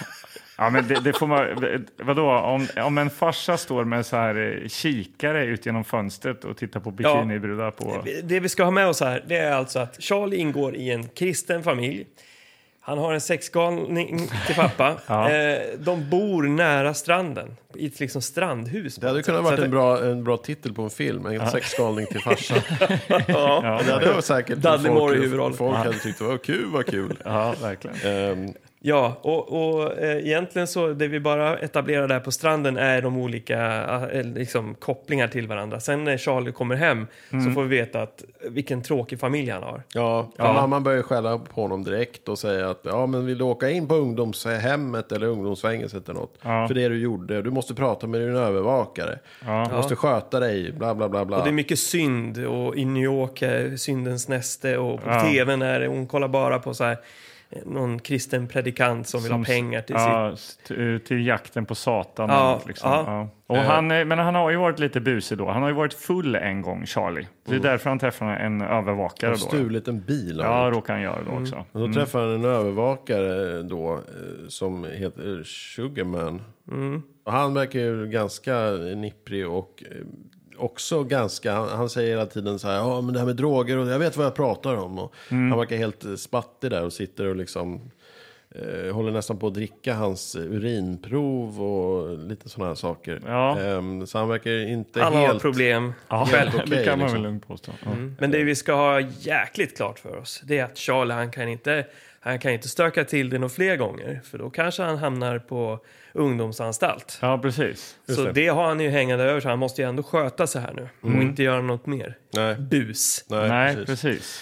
Ja, men det, det får man... Vadå? Om, om en farsa står med så här eh, kikare ut genom fönstret och tittar på bikinibrudar på... Det vi ska ha med oss här, det är alltså att Charlie ingår i en kristen familj. Han har en sexgalning till pappa. Ja. eh, de bor nära stranden, i ett liksom strandhus. Det hade kunnat Så varit att- en bra, en bra titel på en film. En sexgalning till farsan. Ja. Ja, Det hade varit säkert Dudley folk, Moore i huvudrollen. folk hade tyckt det var kul, vad kul. ja, verkligen. Ehm, Ja, och, och eh, egentligen så det vi bara etablerar där på stranden är de olika eh, liksom, kopplingar till varandra. Sen när Charlie kommer hem så får vi veta att vilken tråkig familj han har. Ja, för mamman börjar skälla på honom direkt och säga att ja, men vill du åka in på ungdomshemmet eller ungdomsfängelset eller något? Ja. För det du gjorde, du måste prata med din övervakare. Ja. Du måste sköta dig, bla bla bla bla. Och det är mycket synd och i New York är syndens näste och på Ja. tvn är det, hon kollar bara på så här eh, någon kristen predikant som vill ha pengar till sitt... ja, till, till jakten på Satan. Ja, liksom. ja. Ja. Och han, är- men han har ju varit lite busig då. Han har ju varit full en gång, Charlie. Det är därför han träffar en övervakare och då. stulit en bil. av Ja, honom. råkar han göra då också. Och då träffar han en övervakare då eh, som heter Sugarman. Och han verkar ju ganska nipprig och eh, också ganska, han, han säger hela tiden så här, ja men det här med droger och jag vet vad jag pratar om. Och han verkar helt eh, spattig där och sitter och liksom eh, håller nästan på att dricka hans urinprov och lite sådana här saker. Ja. Ehm, så han verkar inte Han helt... har problem. Ja, Helt okej, det kan man liksom. väl lugnt påstå. Ja. Men det vi ska ha jäkligt klart för oss, det är att Charlie, han kan inte, han kan inte stöka till det några fler gånger. För då kanske han hamnar på ungdomsanstalt. Ja, precis. Så det. det. har han ju hängande över, så han måste ju ändå sköta sig här nu. Och inte göra något mer. Nej, Bus. nej, Nej, precis. precis.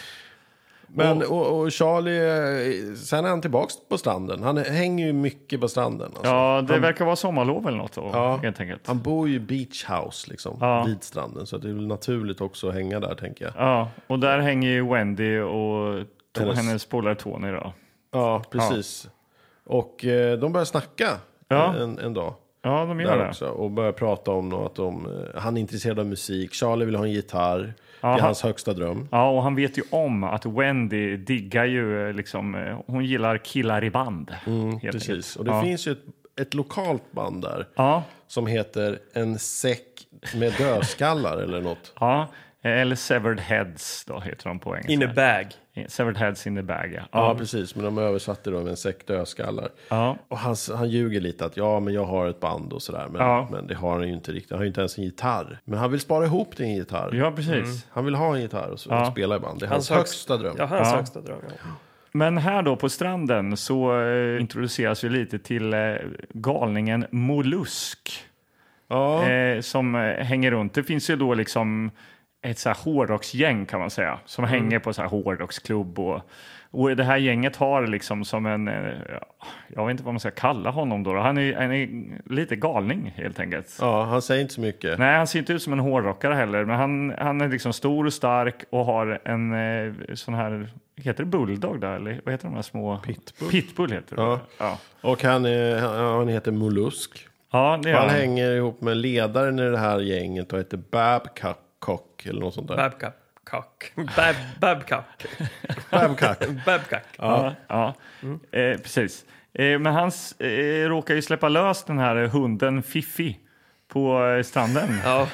Men, och, och Charlie, eh, sen är han tillbaks på stranden. Han hänger ju mycket på stranden. Alltså. Ja, det verkar vara sommarlov eller något då, Ja. helt enkelt. Han bor ju i beach house liksom, Ja. vid stranden. Så det är väl naturligt också att hänga där, tänker jag. Ja, och där hänger ju Wendy och to- Hennes- hennes polare Tony då. Ja, precis. Och eh, de börjar snacka Ja. en, en dag. Ja, de gör Där det. också. Och börjar prata om något, att de, eh, han är intresserad av musik. Charlie vill ha en gitarr. Ja, det är han- hans högsta dröm. Ja, och han vet ju om att Wendy diggar ju eh, liksom, eh, hon gillar killar i band. helt Precis. enkelt. Och det ja. finns ju ett, ett lokalt band där. Ja. Som heter En säck med dödskallar eller något. Ja, eller Severed Heads då heter de på engelska. In a bag. Severed Heads in the bag, ja. Ja, Ja, precis. Men de översatte då med En säck dödskallar. ja. Och han, han ljuger lite att ja, men jag har ett band och sådär. Men, Ja. men det har han ju inte riktigt. Han har ju inte ens en gitarr. Men han vill spara ihop till en gitarr. ja precis. Han vill ha en gitarr och, så, Ja. och spela i band. Det är hans, Hans högsta dröm. Ja, hans Ja. högsta dröm. Ja. Men här då på stranden så eh, introduceras vi lite till eh, galningen Mollusk. Ja. Eh, som eh, hänger runt. Det finns ju då liksom ett så här hårdrocksgäng kan man säga. Som Mm. hänger på så här hårdrocksklubb. Och, och det här gänget har liksom som en... Eh, jag vet inte vad man ska kalla honom då. Han är, han är lite galning helt enkelt. ja, han säger inte så mycket. Nej, han ser inte ut som en hårdrockare heller. Men han, han är liksom stor och stark och har en eh, sån här... Heter det bulldog där? Eller vad heter de här små? Pitbull. Pitbull heter det. Ja. Ja, Och han, är, han, han heter Mollusk. ja det är Han han. hänger ihop med ledaren i det här gänget och heter Babcock eller något sånt där. Babcock. Bab, Babcock. Babcock. Babcock. Ja, ja. Eh, precis. Eh, men han eh, råkar ju släppa lös den här hunden Fiffi på eh, stranden. Ja.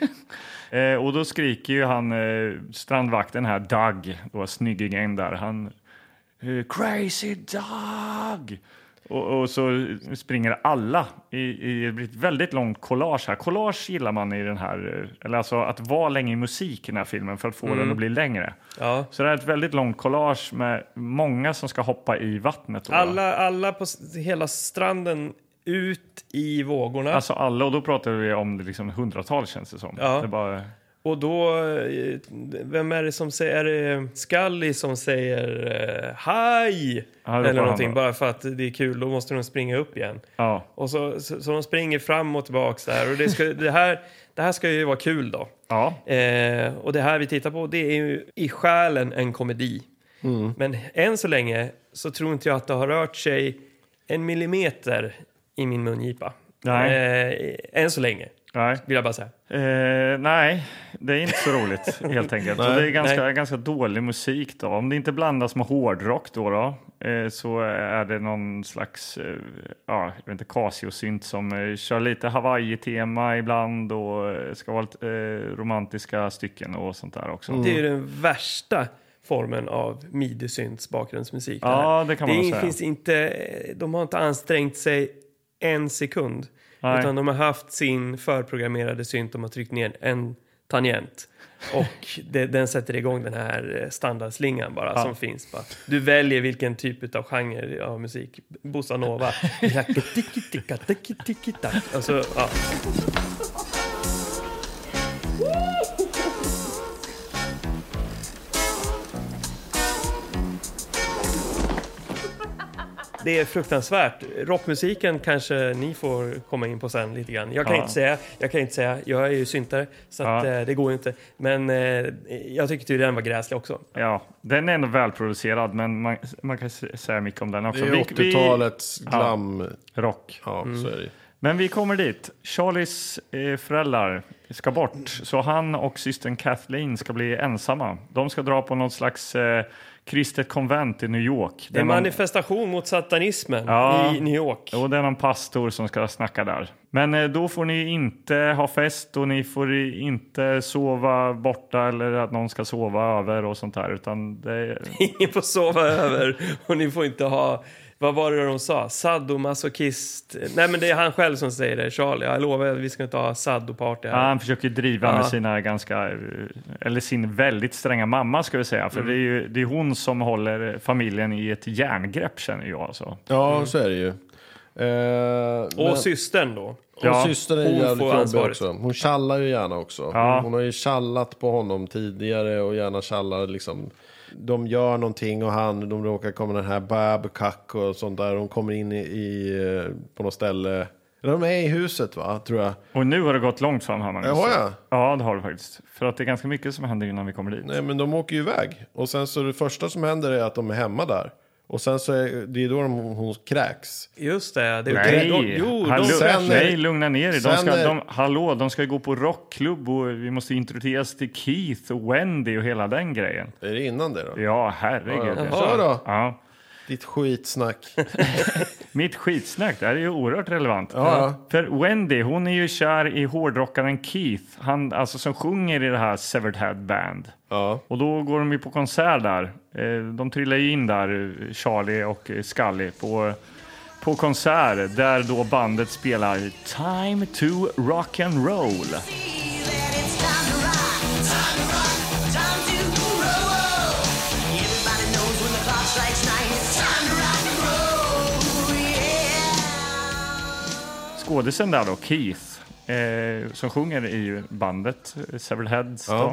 Eh, och då skriker ju han, eh, strandvakten här, Doug, då snyggingen där, han eh, Crazy Doug! Och, och så springer alla i, i ett väldigt långt collage här. Collage gillar man i den här, eh, eller alltså att vara länge i musik i den här filmen för att få den att bli längre. Ja. Så det är ett väldigt långt collage med många som ska hoppa i vattnet. Då, Alla, alla på s- hela stranden ut i vågorna. Alltså alla, och då pratar vi om det liksom hundratals känns det som. Ja. Det är bara... Och då, eh, vem är det som säger, är det Scully som säger eh, haj? Ja, det var Eller han någonting, då. bara för att det är kul, då måste de springa upp igen. Ja. Och så, så, så de springer fram och tillbaks där. Och det, ska, det, här, det här ska ju vara kul då. Ja. Eh, och det här vi tittar på, det är ju i själen en komedi. Men än så länge så tror inte jag att det har rört sig en millimeter i min mungipa. Nej. Eh, än så länge, Nej. vill jag bara säga. Eh, nej, det är inte så roligt helt enkelt. Och det är ganska, nej. ganska dålig musik då. Om det inte blandas med hårdrock då, då eh, så är det någon slags eh, ja, jag vet inte, Casio-synt som eh, kör lite Hawaii-tema ibland och eh, ska vara lite eh, romantiska stycken och sånt där också. Det är ju den värsta formen av midi-synts bakgrundsmusik. Ja, här. det kan man det nog säga. Finns inte, de har inte ansträngt sig en sekund. Nej. Utan de har haft sin förprogrammerade synt, de har tryckt ner en tangent. Och det, den sätter igång den här standardslingan bara Ja. som finns. Bara. Du väljer vilken typ av genre av musik. Bossa nova. Alltså, ja. Det är fruktansvärt. Rockmusiken kanske ni får komma in på sen lite grann. Jag kan Ja. inte säga, jag kan inte säga, jag är ju syntare så att, Ja. eh, det går ju inte. Men eh, jag tyckte ju den var gräslig också. Ja, den är ändå välproducerad, men man, man kan s- säga mycket om den också. Det är Vi- åttiotalets glam. vi- Rock. Ja, så är det. Men vi kommer dit. Charlies eh, föräldrar ska bort, så han och systern Kathleen ska bli ensamma. De ska dra på något slags eh, kristet konvent i New York. Det är en någon, manifestation mot satanismen Ja. i New York. och det är någon pastor som ska snacka där. Men eh, då får ni inte ha fest och ni får inte sova borta eller att någon ska sova över och sånt där. Utan det, Ingen får sova över och ni får inte ha, vad var det de sa? Sadomasochist. Nej, men det är han själv som säger det, Charlie. Jag lovar att vi ska inte ha sadoparty ja, här. han försöker driva Ja. med sina ganska, eh, eller sin väldigt stränga mamma ska vi säga. För det är ju det är hon som håller familjen i ett järngrepp känner jag. Alltså. Ja, så är det ju. Eh, Och men- systern då. och Ja, systern är hon jävligt får jobbig ansvaret. också. Hon tjallar ju gärna också. Ja. Hon har ju tjallat på honom tidigare och gärna tjallar liksom. De gör någonting och han, de råkar komma den här Babcock och sånt där. De kommer in i, i eh, på något ställe. Eller de är i huset va, tror jag. Och nu har det gått långt fram här, Magnus. Ja, har jag? Ja, det har det faktiskt. För att det är ganska mycket som händer innan vi kommer dit. Nej, men de åker ju iväg. Och sen så det första som händer är att de är hemma där. Och sen så är det är då de, hon kräks. Just det. det Nej, de, jo, hallå, de, sen är- nej, lugna ner er. De sen ska, är- de, hallå, de ska ju gå på rockklubb och vi måste introduceras till Keith och Wendy och hela den grejen. Är det innan det då? Ja, herregud. Ja, Jaha. så då. Ja. Ditt skitsnack. Mitt skitsnack, det här är ju oerhört relevant. Ja. För Wendy, hon är ju kär i hårdrockaren Keith, han, alltså som sjunger i det här Severed Head Band. Ja. Och då går de ju på konsert där. De trillar ju in där, Charlie och Scully, på, på konsert där då bandet spelar Time to Rock and Roll. Skådisen där då, Keith, eh, som sjunger i bandet Severed Heads. Ja.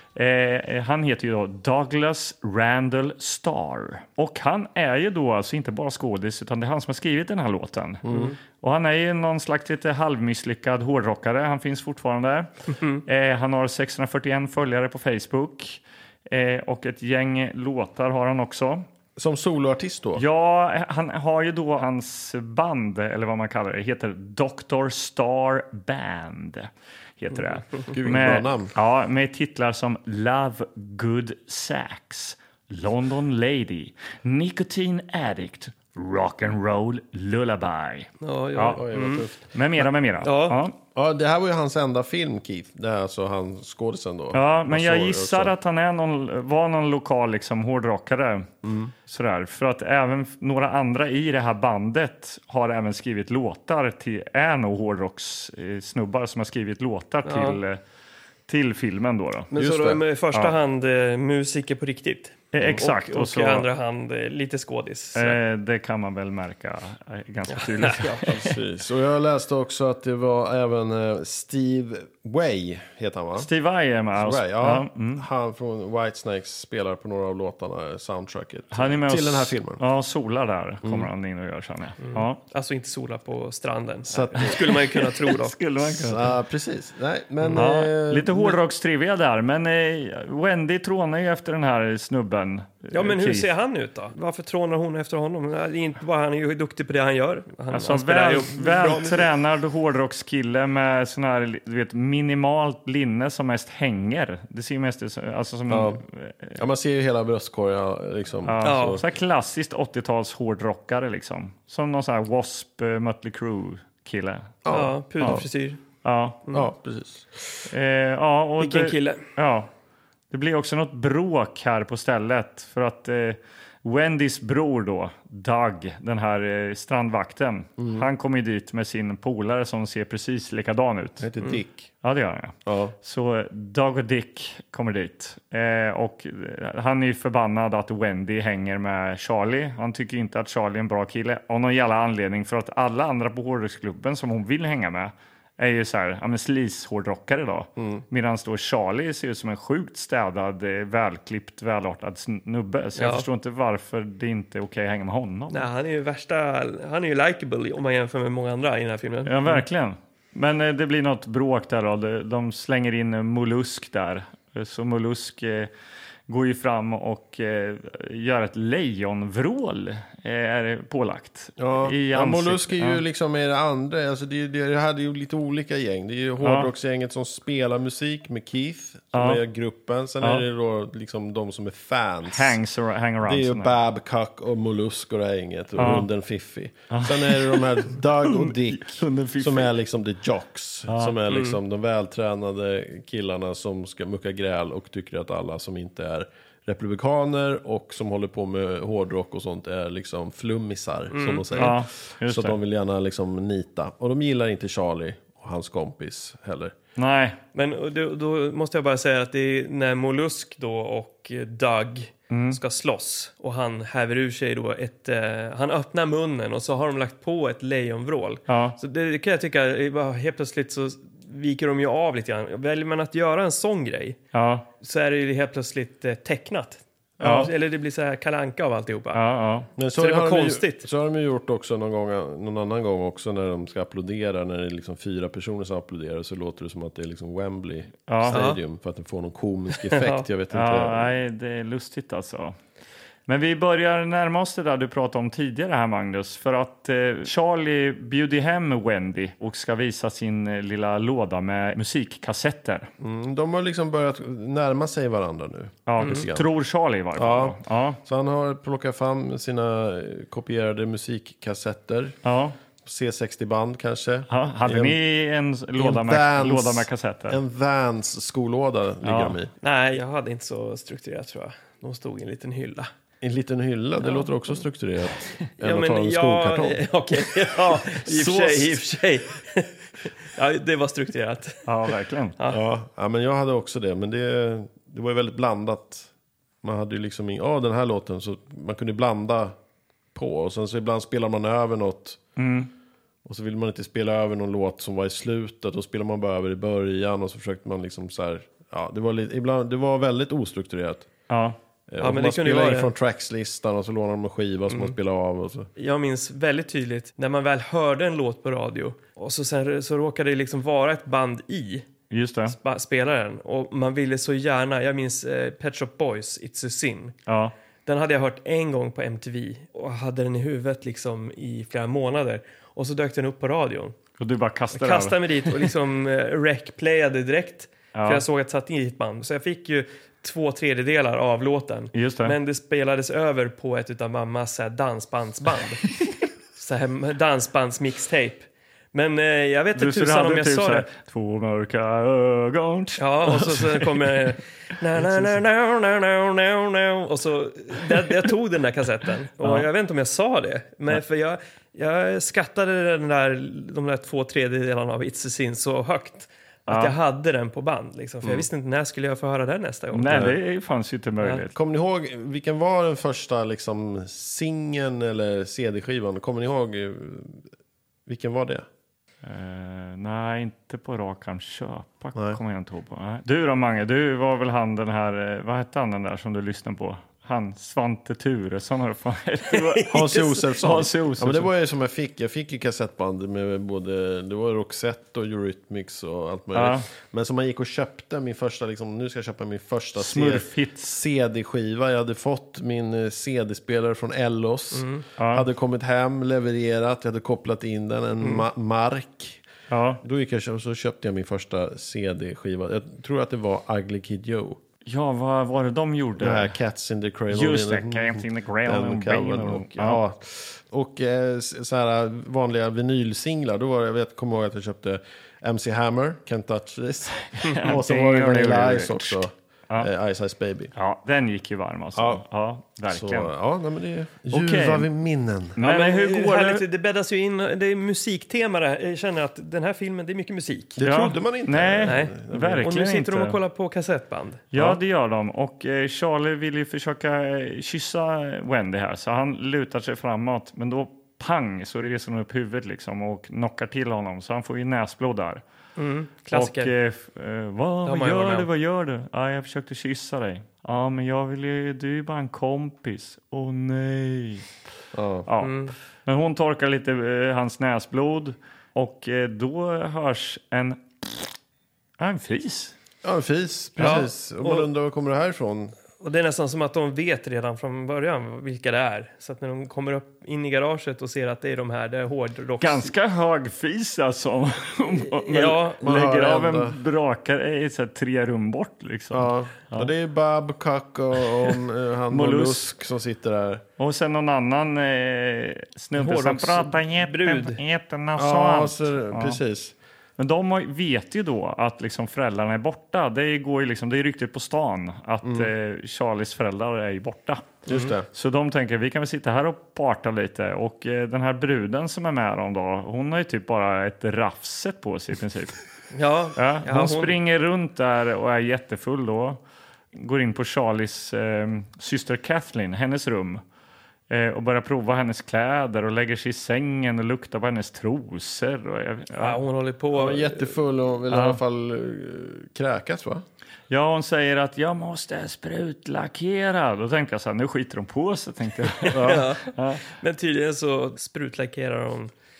Eh, han heter ju då Douglas Randall Starr. Och han är ju då alltså inte bara skådis, utan det är han som har skrivit den här låten. Mm. Och han är ju någon slags lite halvmisslyckad hårdrockare. Han finns fortfarande. Mm. Eh, han har sexhundrafyrtioen följare på Facebook. Eh, och ett gäng låtar har han också. Som soloartist då? Ja, han har ju då hans band, eller vad man kallar det, heter doctor Star Band. Heter det. Gud, med, bra namn. Ja, med titlar som Love Good Sax, London Lady, Nicotine Addict, Rock and Roll Lullaby. Ja, ja. Ja. Oj, vad tufft. Med mera, med mera. Ja. Ja. Ja, det här var ju hans enda film, Keith. Det är alltså han skådisen då. Ja, men jag såg gissar också. att han är någon, var någon lokal liksom, hårdrockare. Mm. Sådär. För att även några andra i det här bandet har även skrivit låtar till, är nog hårdrockssnubbar som har skrivit låtar Ja. till, eh, till filmen då. då. Men Just så då det. med i första Ja. hand eh, musiker på riktigt. Eh, Exakt. Och, och, så, i andra hand eh, lite skådis. eh, det kan man väl märka eh, ganska tydligt. Ja. Precis. Och jag läste också att det var även eh, Steve Vai, heter han va? Steve Vai är med oss. Vai, ja. Ja, mm. Han från Whitesnakes spelar på några av låtarna, soundtracket. Han är med till oss, den här filmen. Ja, solar där kommer han in och gör, känner jag. Mm. Ja. Alltså inte sola på stranden. Så att- Det skulle man ju kunna tro då. Skulle man kunna. Ja, precis. Nej, men... Ja, eh, lite hårdrockstrivia där, men eh, Wendy trånar ju efter den här snubben. Ja, men hur Keith. ser han ut då? Varför trånar hon efter honom? Det är inte bara, han är ju duktig på det han gör. Han, Alltså han spelar väl, ju bra musik. vältränad hårdrockskille med sån här, du vet, minimalt linne som mest hänger. Det ser ju mest ut som- alltså som Ja. en, Ja, man ser ju hela bröstkorgen liksom. ja, Ja. så här klassiskt åttio-tals hårdrockare liksom. Som någon sån här Wasp, uh, Mötley Crüe-kille. Ja, puderfrisyr. Ja, Ja, precis. eh, ja, och Vilken det, kille. Ja, det blir också något bråk här på stället för att eh, Wendys bror då, Doug, den här eh, strandvakten, han kommer ju dit med sin polare som ser precis likadan ut. Han heter Dick. Ja, det gör han. Ja. Så Doug och Dick kommer dit. Eh, och eh, han är ju förbannad att Wendy hänger med Charlie. Han tycker inte att Charlie är en bra kille. Av någon jävla anledning. För att alla andra på hårdrocksklubben som hon vill hänga med är ju så här, ja men sleaze-hårdrockare då. Mm. Medan då Charlie ser ut som en sjukt städad, eh, välklippt, välartad snubbe. Så Ja. jag förstår inte varför det inte är okej att hänga med honom. Nej, han är ju värsta, han är ju likeable om man jämför med många andra i den här filmen. Ja, verkligen. Men eh, det blir något bråk där då. De, de slänger in en mollusk där. Så mollusk eh, går ju fram och eh, gör ett lejonvrål eh, är pålagt. Ja, I ja ansikt- Mollusk är ju ja. liksom med det andra. Alltså det, det, det hade ju lite olika gäng. Det är ju hårdrocksgänget som spelar musik med Keith, som Ja. är gruppen. Sen Ja. är det då liksom de som är fans. Hangs or, hang around. Det är ju sån här. Babcock och Mollusk och det här gänget. Och Ja. hunden Fiffi. Sen är det de här Doug och Dick. Hunden Fiffi. Som är liksom the jocks. Som är liksom de vältränade killarna som ska mucka gräl och tycker att alla som inte är republikaner och som håller på med hårdrock och sånt är liksom flummisar, som de säger. Ja, just så det. de vill gärna liksom nita. Och de gillar inte Charlie och hans kompis heller. Nej, Men då, då måste jag bara säga att det är när Mollusk då och Doug Mm. ska slåss och han häver ur sig då ett, eh, han öppnar munnen och så har de lagt på ett lejonvrål. Ja. Så det kan jag tycka, är bara helt plötsligt så viker de ju av lite grann. Väljer man att göra en sån grej ja, så är det ju helt plötsligt eh, tecknat. Ja. Eller det blir så här Kalle Anka av alltihopa. ja, ja. Men Så det var har de ju- konstigt. Så har de ju gjort också någon, gång, någon annan gång också när de ska applådera. När det är liksom fyra personer som applåderar så låter det som att det är liksom Wembley Ja. Stadium. För att det får någon komisk effekt. Jag vet inte. Ja, nej, det är lustigt alltså. Men vi börjar närma oss det där du pratade om tidigare här, Magnus. För att eh, Charlie bjuder hem Wendy och ska visa sin eh, lilla låda med musikkassetter. Mm, de har liksom börjat närma sig varandra nu. Ja, Mm. tror Charlie i varje fall. Ja. Ja. Så han har plockat fram sina kopierade musikkassetter. Ja. C sextio-band kanske. Ja, hade en, ni en låda, en med, Vans, låda med kassetter? En Vans skolåda ligger Ja. de i. Nej, jag hade inte så strukturerat tror jag. De stod i en liten hylla. En liten hylla, det låter också strukturerat. Ja, Än att ta en ja, skokartong. okej, ja, i och för Så- sig, i och för sig. Ja, det var strukturerat. Ja, verkligen. Ja, ja, men jag hade också det. Men det, det var ju väldigt blandat. Man hade ju liksom, ja den här låten, så man kunde blanda på. Och sen så ibland spelar man över något. Mm. Och så vill man inte spela över någon låt som var i slutet. Då spelar man bara över i början. Och så försökte man liksom så här, ja det var, lite, ibland, det var väldigt ostrukturerat. Ja. Ja, men det man kunde ju spelar vara in det. från trackslistan och så lånar de en skiva som man spelar av. Och så. Jag minns väldigt tydligt när man väl hörde en låt på radio och så, sen, så råkade det liksom vara ett band i Just det. spa- spelaren och man ville så gärna, jag minns eh, Pet Shop Boys, It's a Sin. Ja. Den hade jag hört en gång på M T V och hade den i huvudet liksom i flera månader och så dök den upp på radion. Och du bara Jag kastade kastade över. mig dit och liksom eh, rec-playade direkt Ja. för jag såg att det satt in i ett band. Så jag fick ju två tredjedelar av låten. Just det. Men det spelades över på ett utav mammas så här, dansbandsband. Så här, dansbandsmixtape. Men eh, jag vet Du inte så tusan hade om jag typ sa så här, det. två mörka ögon. Ja, och så, så kommer na, na, na, na, na, na, na, na, och så jag, jag tog den där kassetten och Ja. jag vet inte om jag sa det, men för jag, jag skattade den där, de där två tredjedelarna av It's a Sin så högt att Ja. jag hade den på band liksom, för jag visste inte när skulle jag få höra den nästa gång. Nej, det fanns ju inte möjligt. Kommer ni ihåg, vilken var den första liksom singeln eller C D-skivan? Kommer ni ihåg, eh, vilken var det? Eh, nej, inte på rak arm. Köpa Nej. kommer jag inte ihåg på. Nej. Du då, Mange, du var väl han den här, eh, vad hette han den där som du lyssnade på? Han, Svante Turesson. Har fan Hans Josefsson. Hans Ja, Josefsson. men det var ju som jag fick. Jag fick ju kassettband med både, det var Roxette och Eurythmics och allt möjligt. Ja. Men som man gick och köpte min första, liksom, nu ska jag köpa min första C- Smurfhits. C D-skiva. Jag hade fått min eh, C D-spelare från Ellos. Ja. Hade kommit hem, levererat, jag hade kopplat in den, en ma- mark. Ja. Då gick jag och så köpte jag min första C D-skiva. Jag tror att det var Ugly Kid Joe. ja, vad var det de gjorde? Det här Cats in the Cradle. Just det, Cats in the Cradle Den and Calvin Rain och, och- ja. Och eh, s- så här vanliga vinylsinglar. Då var det, jag vet, kommer ihåg att jag köpte M C Hammer, Can't Touch This. Och så var det Vanilla Ice också. Ja. Eh, Ice Ice Baby. Ja, den gick ju varm alltså. Ja. Ja, Så verkligen. ja, nej, men det är Okej. ljuva vid minnen. Men, Ja, men hur går härligt, det? det bäddas ju in, det är musiktema där. Jag känner att den här filmen, det är mycket musik. Det Ja. trodde man inte. Nej, Nej. verkligen Och nu sitter inte. de och kollar på kassettband. Ja, det gör de. Och eh, Charlie vill ju försöka eh, kyssa Wendy här. Så han lutar sig framåt. Men då pang så reser hon upp huvudet liksom och knockar till honom. Så han får ju näsblod där. Mm, klassiker. Och eh, f- eh, vad, har vad man ju varit gör med du, om. vad gör du? Ja, jag försökte kyssa dig. Ja, men jag vill ju, du är ju bara en kompis. Åh nej. Ja. Ja. Mm. Men hon torkar lite eh, hans näsblod. Och eh, då hörs en, ja, en fis. Ja, en fis, precis. Ja, och man och- undrar var kommer det här ifrån? Och det är nästan som att de vet redan från början vilka det är. Så att när de kommer upp in i garaget och ser att det är de här, det är hårdrocks... Ganska hög fis alltså. Ja, man lägger hör av ändå. en brakare i så här tre rum bort liksom. Ja, ja. det är Bob Cock och, och eh, han Mollusk. Mollusk som sitter där. Och sen någon annan eh, snubbe som Hårdrocks- pratar jätte, brud. jättenasalt. Ja, så, precis. Men de har- vet ju då att liksom föräldrarna är borta. Det går ju liksom, det är ryktet på stan att eh, Charlies föräldrar är ju borta. Just det. Så de tänker vi kan väl sitta här och parta lite. Och eh, den här bruden som är med dem då, hon har ju typ bara ett raffset på sig i princip. Ja, Ja, hon, ja, hon- springer runt där och är jättefull då. Går in på Charlies eh, syster Kathleen, hennes rum. Eh, och börjar prova hennes kläder och lägger sig i sängen och luktar på hennes trosor. Och, jag- ja, ja. hon håller på... Hon var jättefull och vill i Ja. alla fall uh, kräkas, va? ja, hon säger att jag måste sprutlackera. Då tänkte jag så här, nu skiter de på sig. Tänkte jag. Ja. Ja. Men tydligen så sprutlackerar hon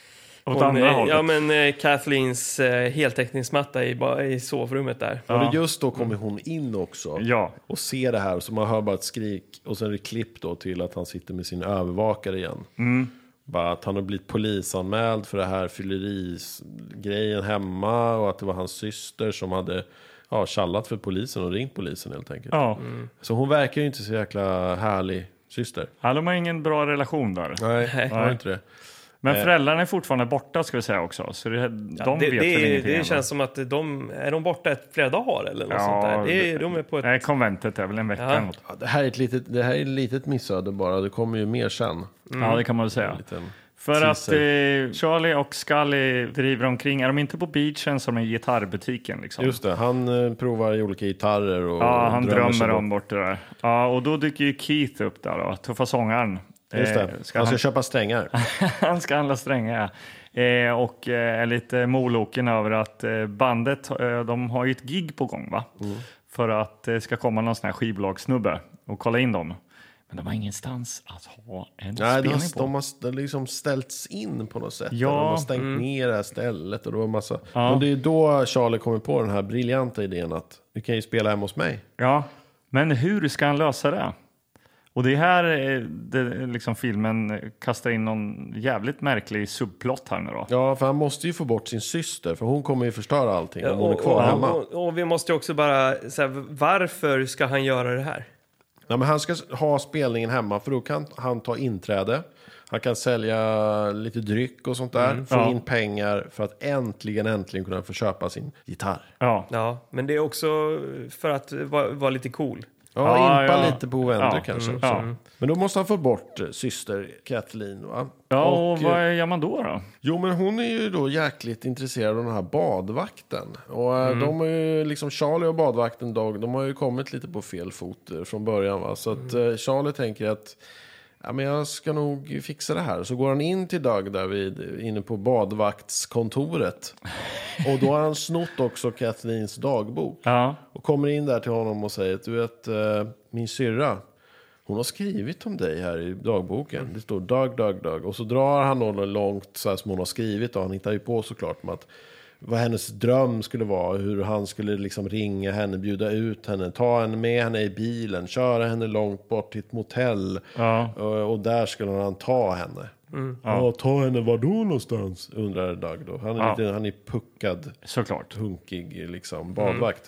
Åt Hon, andra eh, hållet. ja, men eh, Kathleens eh, heltäckningsmatta i, ba- i sovrummet där. Och det är just då kommer hon in också. Ja. Och ser det här. Så man hör bara ett skrik. Och sen är det klipp då till att han sitter med sin övervakare igen. Mm. Bara att han har blivit polisanmäld för det här fyllerisgrejen hemma. Och att det var hans syster som hade ja, kallat för polisen och ringt polisen helt enkelt. Ja. Så hon verkar ju inte så jäkla härlig syster. Ja, de har ingen bra relation där. Nej, Nej. har inte det. Men Eh. föräldrarna är fortfarande borta ska vi säga också. Så det, de Ja, det vet det, väl är- ingenting. det än, känns va? som att de är de borta ett flera dagar eller något Ja, sånt där. Det är, det- de är på ett... Nej, konventet är väl en vecka Ja. eller något. Ja, det här är ett litet, det här är ett litet missöde bara. Det kommer ju mer sen. Ja, det kan man väl säga. En liten För att teaser. eh, Charlie och Scully driver omkring. Är de inte på beachen som är i gitarrbutiken? Liksom? Just det, han eh, provar i olika gitarrer och Ja, han drömmer sig drömmer bort. om bort det där. Ja, och då dyker ju Keith upp där då, tuffa sångaren. Just det, Eh, ska han ska han, köpa strängar. han ska handla strängar. Eh, och eh, är lite moloken över att eh, bandet, eh, de har ju ett gig på gång va? Mm. För att det ska komma någon sån här skivbolagssnubbe och kolla in dem. Men de har ingenstans att ha en Nej, de spelning har, på. de har st- liksom ställts in på något sätt. Ja, de har stängt ner det här stället. Och det var massa... Ja. Men det är då Charlie kommer på den här briljanta idén att vi kan ju spela hemma hos mig. Ja, men hur ska han lösa det? Och det är här eh, det, liksom filmen kastar in någon jävligt märklig subplott här nu då. Ja, för han måste ju få bort sin syster. För hon kommer ju förstöra allting Ja, om hon är och, kvar och, hemma. och, och vi måste ju också bara säga, varför ska han göra det här? Ja, men han ska ha spelningen hemma för då kan han ta inträde. Han kan sälja lite dryck och sånt där. Få Ja. in pengar för att äntligen, äntligen kunna få köpa sin gitarr. Ja, Ja, men det är också för att vara, vara lite cool. Ja, Ja, impa ja. lite på ovänner Ja, kanske. mm, så. ja. Men då måste han få bort eh, syster Kathleen, va? ja och, Och, vad eh, gör man då då? Jo, men hon är ju då jäkligt intresserad av den här badvakten. Och eh, de har ju, liksom Charlie och badvakten Dag, de har ju kommit lite på fel fot eh, från början, va? Så att eh, Charlie tänker att ja, men jag ska nog fixa det här. Så går han in till Doug där vid, inne på badvaktskontoret. Och då har han snott också Kathleens dagbok. Ja, Och kommer in där till honom och säger att du vet, eh, min syrra, hon har skrivit om dig här i dagboken. Det står Doug, Doug, Doug. Och så drar han något långt så här som hon har skrivit. Och han hittar ju på såklart med att vad hennes dröm skulle vara. Hur han skulle liksom ringa henne, bjuda ut henne, ta henne med henne i bilen, köra henne långt bort till ett motell. ja, Och, och där skulle han ta henne. Ja, ta henne var då någonstans? Undrar Doug då. Han är, Ja. lite, han är puckad, såklart. hunkig liksom, badvakt.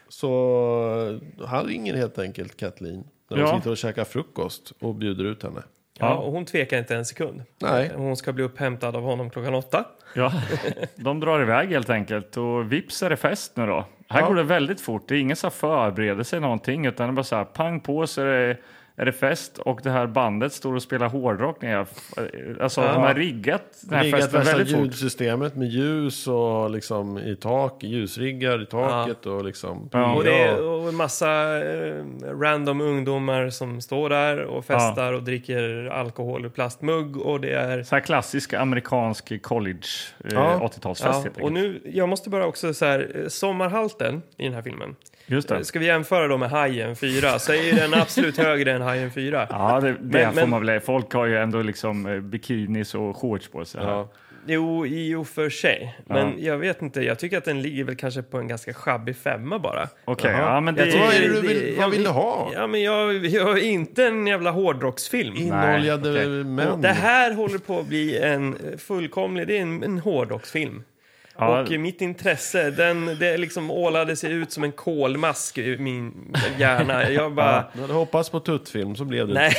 Så han ringer helt enkelt Kathleen när de Ja. sitter och käkar frukost och bjuder ut henne. Ja, och hon tvekar inte en sekund. Nej. Hon ska bli upphämtad av honom klockan åtta. Ja, de drar iväg helt enkelt och vips är det fest nu då. Här går det väldigt fort. Det är ingen som förbereder sig någonting utan det är bara så här pang på så är det, är det fest och det här bandet står och spelar hårdrock ner. Alltså de har riggat den här Riggat festen värsta väldigt fort. ljudsystemet med ljus och liksom i tak, ljusriggar i taket och liksom... Ja. Och det är och en massa eh, random ungdomar som står där och festar och dricker alkohol ur plastmugg. Och det är... Så här klassisk amerikansk college eh, Ja. åttiotalsfest Ja, helt enkelt. och nu, jag måste bara också så här, eh, sommarhalten i den här filmen. Just det. Ska vi jämföra då med Hajen fyra så är den absolut högre än Hajen fyra. Ja, det, det Men- får men- man väl. Folk har ju ändå liksom eh, bikinis och shorts på sig. Här. Ja. Jo, i och för sig. Men jag vet inte, jag tycker att den ligger väl kanske på en ganska schabbig femma bara. Okej, Jaha. ja men det Jag tycker Vad är det är... du vill, det- vad jag- vill du ha? Ja, men jag, jag är inte en jävla hårdrocksfilm. Inoljade okej. män. Det här håller på att bli en fullkomlig, det är en, en hårdrocksfilm. Ja. Och mitt intresse, den, det liksom ålade sig ut som en kolmask i min hjärna. Jag bara... Du hade hoppats på tuttfilm så blev det Nej,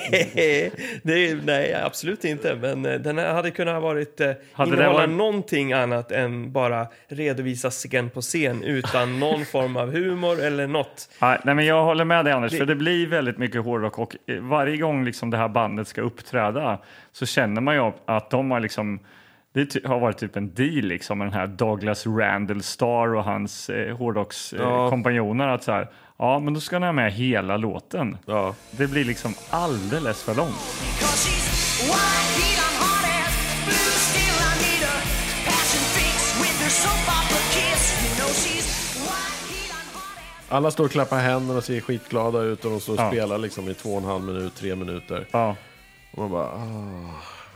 inte så. det är, nej, absolut inte. Men eh, den här hade kunnat ha varit, eh, Hade det innehålla varit- någonting annat än bara redovisa scen på scen utan någon form av humor eller något. Nej, nej, men jag håller med dig Anders, för det blir väldigt mycket hårdrock och eh, varje gång liksom det här bandet ska uppträda så känner man ju att de har liksom det ty- har varit typ en deal liksom med den här Douglas Randall Starr och hans eh, hårdrockskompanjoner Ja. att så här, ja men då ska ni ha med hela låten. Ja. Det blir liksom alldeles för långt. Cause she's white heat on hot ass, blue steel I need her, passion fix with her soap opera kiss. You know she's white heat on hot ass. Alla står och klappar händerna och ser skitglada ut och de står och Ja. spelar liksom i två och en halv minut, tre minuter. Ja. Och man bara, ah.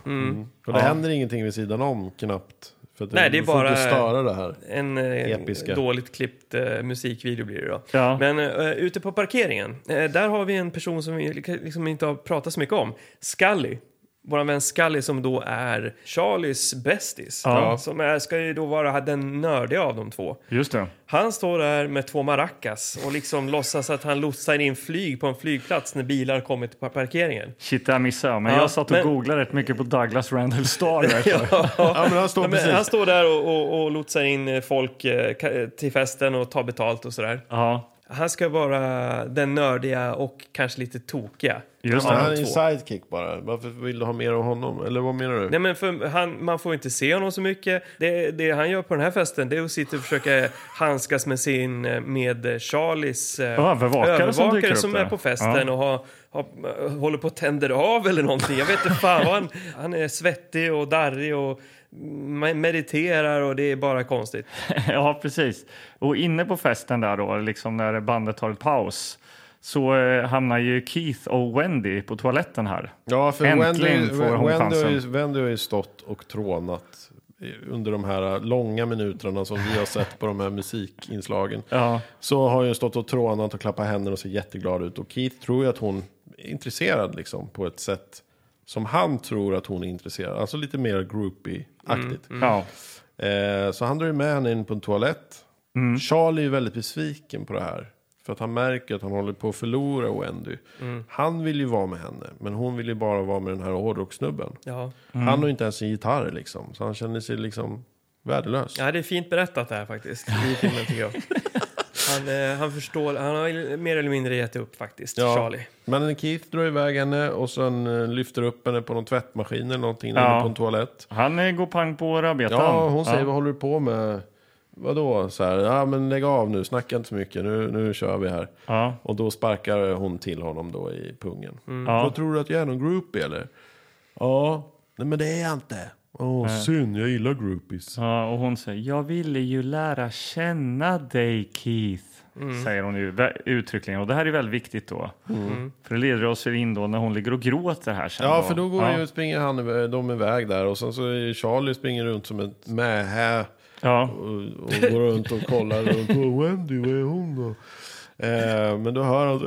Mm. Och det Ja. händer ingenting vid sidan om knappt. För att Nej, det är du får bara inte störa det här. en eh, Episka. dåligt klippt eh, musikvideo blir det då. Ja. Men eh, ute på parkeringen, eh, där har vi en person som vi liksom inte har pratat så mycket om. Scully. Vår vän Scully som då är Charlies bästis. Ja. Som är, ska ju då vara den nördiga av de två. Just det. Han står där med två maracas och liksom låtsas att han lotsar in flyg på en flygplats när bilar kommer till parkeringen. Shit, jag missade. Men Ja, jag satt och men- googlade rätt mycket på Douglas Randall Starr. Ja, men han står Ja, men precis. han står där och, och, och lotsar in folk eh, ka- till festen och tar betalt och sådär. Ja, Han ska vara den nördiga och kanske lite tokiga. just Ja, det. han är två. en sidekick bara. Varför vill du ha mer av honom? Eller vad menar du? Nej, men för han, man får inte se honom så mycket. Det, det han gör på den här festen, det är att sitta och försöka handskas med sin med Charlies eh, Övervakare som dyker upp som där. är på festen Ja. och har, har, håller på att tänder av eller någonting. Jag vet inte fan vad han, han är svettig och darrig och me- mediterar och det är bara konstigt. Ja, precis. Och inne på festen där då, liksom när bandet tar ett paus, så eh, hamnar ju Keith och Wendy på toaletten här. Ja, för Äntligen Wendy, får hon Wendy, har ju, chansen. Wendy har ju stått och trånat under de här långa minuterna som vi har sett på de här musikinslagen. Ja. Så har ju stått och trånat och klappat händerna och ser jätteglad ut. Och Keith tror ju att hon är intresserad liksom, på ett sätt som han tror att hon är intresserad. Alltså lite mer groupie-aktigt. Ja. Eh, så han drar ju med henne in på en toalett. Mm. Charlie är väldigt besviken på det här. För att han märker att han håller på att förlora Wendy. Mm. Han vill ju vara med henne. Men hon vill ju bara vara med den här hårdrocksnubben. Ja. Han har ju inte ens en gitarr liksom. Så han känner sig liksom värdelös. Ja, det är fint berättat det här faktiskt i filmen tycker jag. Han, eh, han förstår, han har mer eller mindre gett upp faktiskt, Charlie. Men Keith drar iväg henne och sen eh, lyfter upp henne på någon tvättmaskin eller någonting Ja. inne på en toalett. Han eh, går pang på rödbetan. Ja, hon säger, vad håller du på med? Vadå? Så här, ja men lägg av nu, snacka inte så mycket, nu, nu kör vi här. Ja. Och då sparkar hon till honom då i pungen. Ja. Vad tror du att jag är, någon groupie eller? Ja, nej men det är jag inte. Åh, synd, jag gillar groupies. Ja, och hon säger, jag ville ju lära känna dig, Keith. Säger hon ju vä- uttryckligen. Och det här är väldigt viktigt då. För det leder oss in då när hon ligger och gråter här sen. Ja, för då går ja. ju, springer han, iväg- de iväg där. Och sen så är Charlie springer runt som ett mähä. Ja. Och, och går runt och kollar runt på Wendy, vad är hon då? Eh, men då hör han så,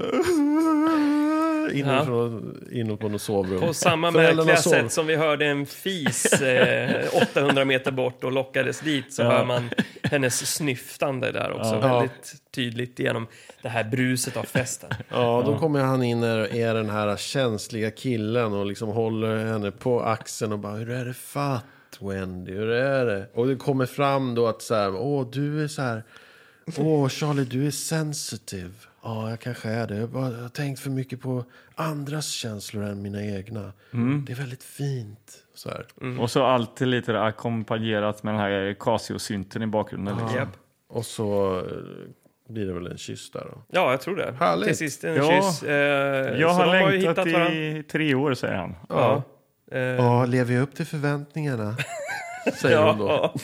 inifrån, inåt på något sovrum. På samma Föräldrarna märkliga sov. sätt som vi hörde en fis eh, åttahundra meter bort och lockades dit så hör man hennes snyftande där också. Ja. Väldigt tydligt genom det här bruset av festen. Ja, då kommer han in och är den här känsliga killen och liksom håller henne på axeln och bara, hur är det fatt, Wendy, hur är det? Och det kommer fram då att så här, åh, du är så här, åh, Charlie, du är sensitive. Ja, jag kanske är det. Jag, bara, jag har tänkt för mycket på andras känslor än mina egna. Det är väldigt fint. Så här. Och så alltid lite ackompanjerat med den här Casio-synten i bakgrunden. Liksom. Japp. Och så eh, blir det väl en kyss där då. Ja, jag tror det. Härligt. Till sist en Ja. kyss. Eh, Jag så har de har ju längtat hittat varandra. i tre år, säger han. Ja. Eh, Ja, lever jag upp till förväntningarna? Säger hon då. ja.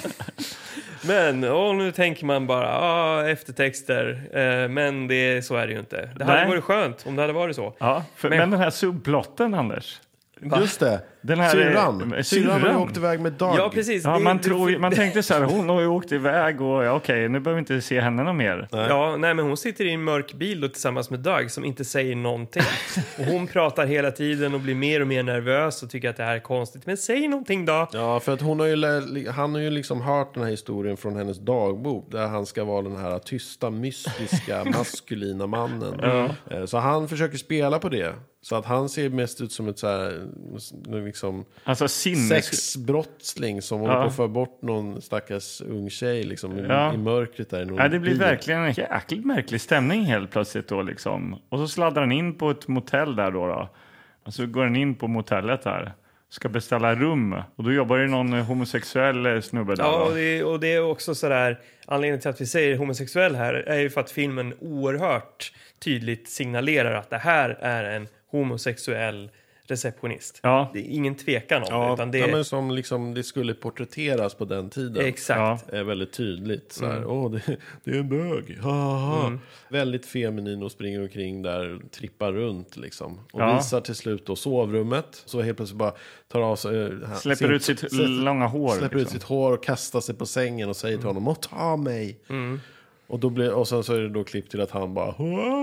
Men och nu tänker man bara ah, eftertexter. Eh, men det, så är det ju inte. Det hade Nej. varit skönt om det hade varit så. Ja, för, men, Men- den här subplotten, Anders. Just det. Den här- syrran. eh, Syrran har ju syrran. åkt iväg med Dag. Ja, precis. Ja, Det- man, det- tror, ju- man tänkte så här, hon har ju åkt iväg och ja, okej, nu behöver vi inte se henne någon mer. Ja, nej, men hon sitter i en mörk bil då, tillsammans med Doug som inte säger någonting. Och hon pratar hela tiden och blir mer och mer nervös och tycker att det här är konstigt. Men säg någonting då! Ja, för att hon har ju, lä- han har ju liksom hört den här historien från hennes dagbok. Där han ska vara den här tysta, mystiska, maskulina mannen. Eh, Så han försöker spela på det. Så att han ser mest ut som ett så här, liksom, Alltså sinnes... sexbrottsling som håller Ja. på att få bort någon stackars ung tjej liksom, i, Ja. i mörkret där. I någon Ja, det blir bil. verkligen en jäkligt märklig stämning helt plötsligt då liksom. Och så sladdar han in på ett motell där då. då. Och så går han in på motellet här. Ska beställa rum. Och då jobbar ju någon homosexuell eh, snubbe där. Ja, då. och det, och det är också sådär, anledningen till att vi säger homosexuell här är ju för att filmen oerhört tydligt signalerar att det här är en homosexuell receptionist. Ja. Det är ingen tvekan om Ja, det. Utan det ja, är... men som liksom det skulle porträtteras på den tiden. Exakt. Är väldigt tydligt. Så här, Mm. åh, det, det är en bög. Haha. Mm. Väldigt feminin och springer omkring där, trippar runt liksom. Och Ja. visar till slut då sovrummet. Så helt plötsligt bara tar av sig... eh, Släpper sin- ut sitt släpper- långa hår. Släpper ut liksom. sitt hår och kastar sig på sängen och säger till honom, åh, ta mig. Mm. Och, då blir, och sen så är det då klipp till att han bara...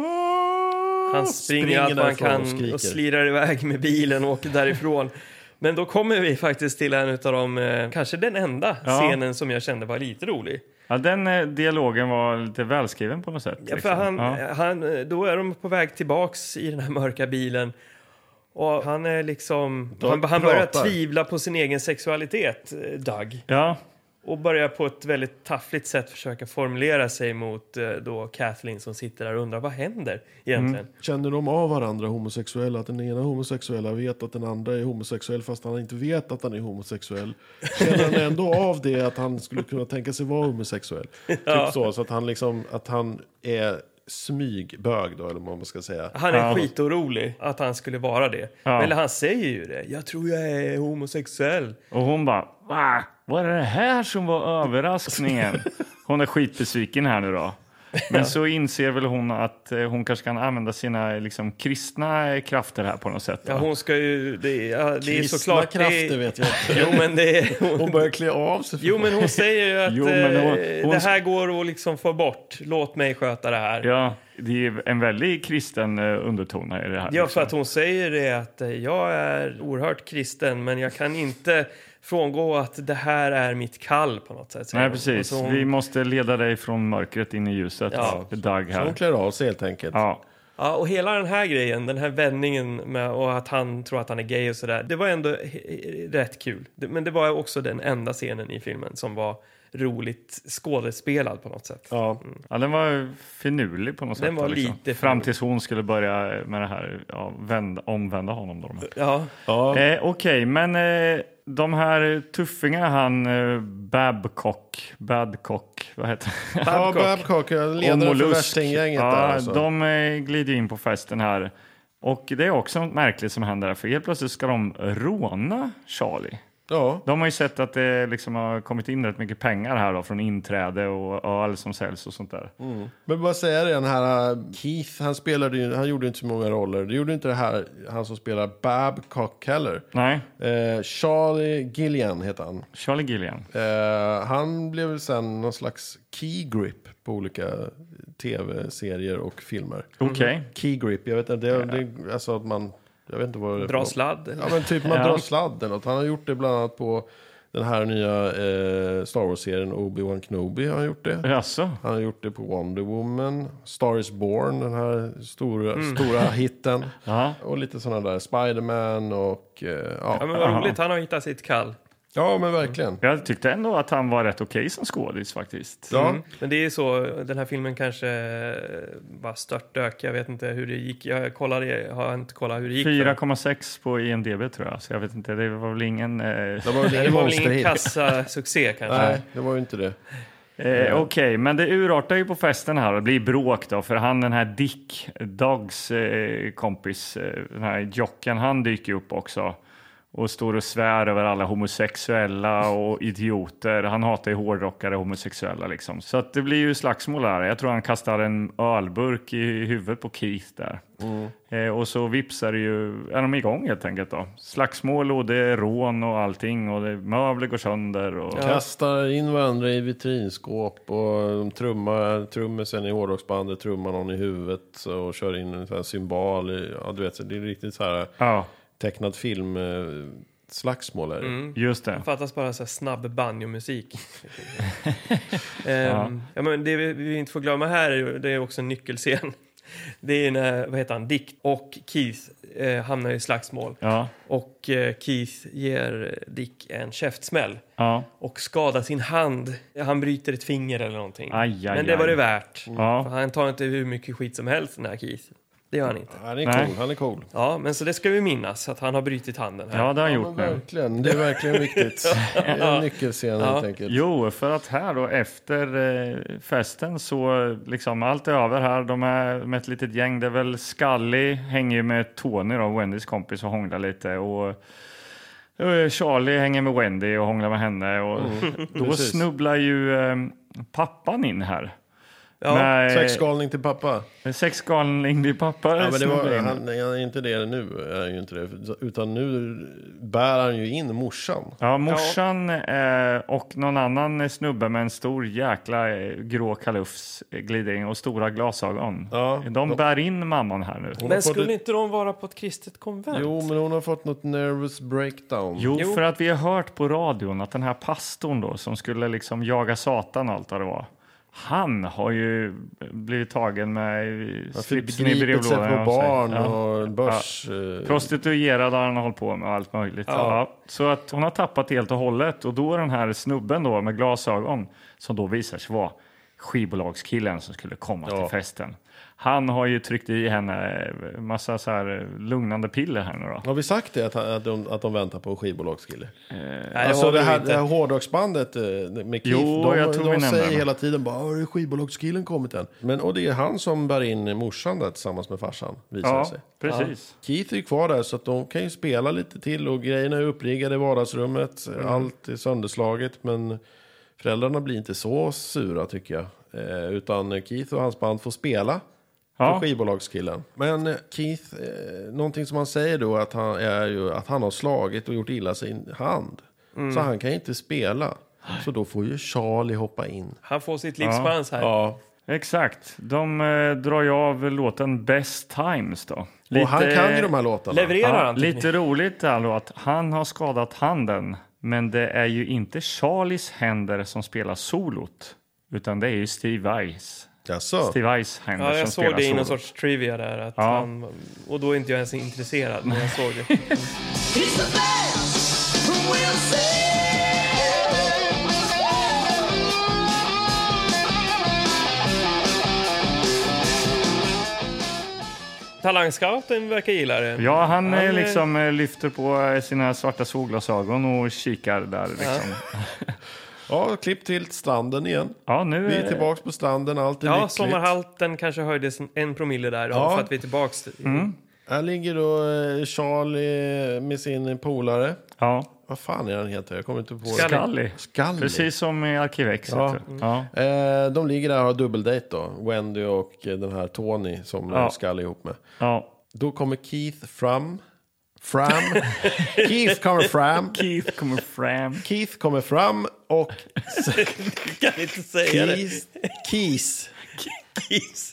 Han springer allt vad han därifrån kan och och, skriker. slirar iväg med bilen och åker därifrån. Men då kommer vi faktiskt till en av de, eh, kanske den enda Ja. scenen som jag kände var lite rolig. Ja, den eh, dialogen var lite välskriven på något sätt. Ja, liksom. för han, Ja. han, då är de på väg tillbaks i den här mörka bilen. Och han är liksom, Doug han, han börjar pratar. tvivla på sin egen sexualitet, eh, Doug. Ja. Och börjar på ett väldigt taffligt sätt försöka formulera sig mot eh, då Kathleen som sitter där och undrar vad händer egentligen. Känner de av varandra homosexuella? Att den ena homosexuella vet att den andra är homosexuell fast han inte vet att han är homosexuell. Känner han ändå av det att han skulle kunna tänka sig vara homosexuell? Ja. Typ så, så att han liksom, att han är smygbög då, eller vad man ska säga. Han är Ja. skitorolig att han skulle vara det. Ja. Eller han säger ju det. Jag tror jag är homosexuell. Och hon bara, va? Vad är det här som var överraskningen? Hon är skitbesviken här nu då. Men så inser väl hon att eh, hon kanske kan använda sina liksom, kristna krafter här på något sätt. Ja, va? hon ska ju... Det, ja, det är Kristna såklart... krafter det, vet jag inte. Jo, men det är... Hon börjar klä av sig. Jo, men hon säger ju att Jo, men hon- eh, hon- det här går att liksom få bort. Låt mig sköta det här. Ja, Ja, det är en väldigt kristen eh, underton här i det här. liksom. för att hon säger det att eh, jag är oerhört kristen, men jag kan inte frångå att det här är mitt kall på något sätt. säger Nej, hon. precis. Och så hon- Vi måste leda dig från mörkret in i ljuset. Ja. Det är Doug Så hon här. klär av sig helt enkelt. Ja. Ja, och hela den här grejen, den här vändningen med och att han tror att han är gay och sådär, det var ändå he- rätt kul. Det, men det var också den enda scenen i filmen som var roligt skådespelad på något sätt. Ja. Ja, den var finurlig på något sätt. Den var då, liksom. lite Fram finurlig. tills hon skulle börja med det här, ja, vända, omvända honom. Då. Ja, Ja. Eh, Okej, men eh, de här tuffingarna, han eh, Babcock, Badcock, vad heter det? Ja, Babcock, ledaren för Mollusk. värstinggänget ja, där alltså. de eh, glider in på festen här. Och det är också något märkligt som händer där, för helt plötsligt ska de råna Charlie. Ja. De har ju sett att det liksom har kommit in rätt mycket pengar här då, från inträde och öl som säljs och sånt där. Men vad säger det, den här uh, Keith, han spelade ju, han gjorde inte så många roller. Det gjorde inte det här, han som spelar Babcock heller. Nej, Eh, Charlie Gillian heter han. Charlie Gillian. Eh, han blev väl sen någon slags key grip på olika tv-serier och filmer. Okej. Key grip, jag vet inte, det, det, alltså att man, jag vet inte vad det är. dra för- sladd. eller? Ja, men typ man Ja. drar sladd eller något. Han har gjort det bland annat på den här nya eh, Star Wars-serien Obi-Wan Kenobi har han gjort det. Jaså? Han har gjort det på Wonder Woman, Star is Born, den här stora, stora hitten. Ja. Och lite sådana där, Spider-Man och... Eh, Ja, ja. men vad roligt, han har hittat sitt kall. ja, men verkligen. Jag tyckte ändå att han var rätt okej som skådis faktiskt. Ja. Mm. Men det är så, den här filmen kanske var störtdök. Jag vet inte hur det gick. Jag kollade, jag har inte kollat hur det gick. fyra komma sex på I M D B tror jag, så jag vet inte, det var väl ingen... Eh, Det var väl Det ingen var väl ingen monsterhit. kassasuccé kanske. Nej, det var ju inte det. Eh, Okej, men det urartar ju på festen här och det blir bråk då, för han den här Dick, Dougs eh, kompis, eh, den här jocken, han dyker upp också och står och svär över alla homosexuella och idioter. Han hatar ju hårdrockare och homosexuella liksom. Så att det blir ju slagsmål här. Jag tror han kastar en ölburk i huvudet på Keith där. Eh, och så vipsar det ju, är de igång helt enkelt då. Slagsmål och det är rån och allting och det, möbler går sönder och... Kastar in varandra i vitrinskåp och de trummar, trummisen i hårdrocksbandet trummar någon i huvudet och kör in en sån här symbol. I, ja, du vet, det är riktigt så här Ja, tecknad film eh, slagsmål är det. Mm. just det. Det fattas bara så här snabb banjomusik. um, ja, men det vi, vi inte får glömma här är, det är också en nyckelscen. Det är när, vad heter han, Dick och Keith eh, hamnar i slagsmål. Ja, Och eh, Keith ger Dick en käftsmäll. ja. Och skadar sin hand. Han bryter ett finger eller någonting. Aj, aj, Men det var aj. det värt. Ja. För han tar inte hur mycket skit som helst, den här Keith. Det gör han inte. Han är Nej. cool, han är cool. Ja, men så det ska vi minnas, att han har brutit handen här. Ja, det har han Ja, gjort men nu. verkligen, det är verkligen viktigt. Det är en nyckelscen helt enkelt. Jo, för att här då efter eh, festen så liksom allt är över här. De är med ett litet gäng. Det är väl Scully hänger ju med Tony då, Wendys kompis, och hånglar lite. Och eh, Charlie hänger med Wendy och hånglar med henne. Och då precis. snubblar ju eh, pappan in här. Ja, Med, Sexgalning till pappa. Sexgalning till pappa. Ja, men det snubblar var, in. han, han är inte det nu, är ju inte det. Utan nu bär han ju in morsan. Ja, morsan eh, och någon annan snubbe med en stor jäkla eh, grå kalufs eh, glider in och stora glasögon. Ja, de, de- bär in mamman här nu. Hon har men fått skulle ett- inte de vara på ett kristet konvent? Jo, men hon har fått något nervous breakdown. Jo, Jo. för att vi har hört på radion att den här pastorn då som skulle liksom jaga satan och allt vad det var. Han har ju blivit tagen med slipsen i Förgripit sig brevlådan. på barn Ja. och börs... eh, Prostituerad har han hållit på med och allt möjligt. Ja. Ja. Så att hon har tappat helt och hållet. Och då är den här snubben då med glasögon som då visar sig vara skivbolagskillen som skulle komma Ja. till festen. Han har ju tryckt i henne massa så här lugnande piller här nu då. Har vi sagt det, att, att, de, att de väntar på en skivbolagskille? Nej, det Alltså har vi det här, nog det här inte. hårdrocksbandet eh, med Keith, Jo, de, jag tror vi de nämnde säger det. hela tiden bara har skivbolagskillen kommit än? Men, och det är han som bär in morsan där tillsammans med farsan, visar det Ja, sig. precis. Keith är ju kvar där så att de kan ju spela lite till och grejerna är uppriggade i vardagsrummet. Mm. Allt är sönderslaget men föräldrarna blir inte så sura tycker jag. Eh, utan Keith och hans band får spela Ja. för skivbolagskillen. Men eh, Keith, eh, någonting som han säger då att han, är ju, att han har slagit och gjort illa sin hand. Mm. Så han kan inte spela. Så då får ju Charlie hoppa in. Han får sitt livschans här. Ja. Exakt. De eh, drar ju av låten Best Times då. Och han kan ju de här låtarna. Levererar Ja, han till lite roligt är då att han har skadat handen. Men det är ju inte Charlies händer som spelar solot. Utan det är ju Steve Vais. Jaså? Steve Vais händer Ja, som jag spelar såg det i någon solot. sorts trivia där. Att Ja. han, och då är inte jag ens intresserad, men jag såg det. He's the best. We'll see. Talangscouten verkar gilla det. Ja, han, Han, eh, eh, liksom eh, lyfter på eh, sina svarta solglasögon och kikar där. Liksom. Ja, klipp till stranden igen. Ja, nu Vi är är tillbaka på stranden, allt är Ja, lyckligt. sommarhalten kanske höjdes en promille där då, Ja. för att vi är tillbaks. Mm. Här ligger då eh, Charlie med sin polare. Ja, Vad fan är han heter? Jag kommer inte på Scully. Scully. Scully. Precis som i Arkivex. Ja. vet du. Ja. Eh, de ligger där och har dubbeldejt då. Wendy och eh, den här Tony som Ja. ja. Scully ihop med. Ja. Då kommer Keith fram. Fram. Keith kommer fram. Keith kommer fram. Keith kommer fram och Kan inte säga det. Keith, Keith, Keith.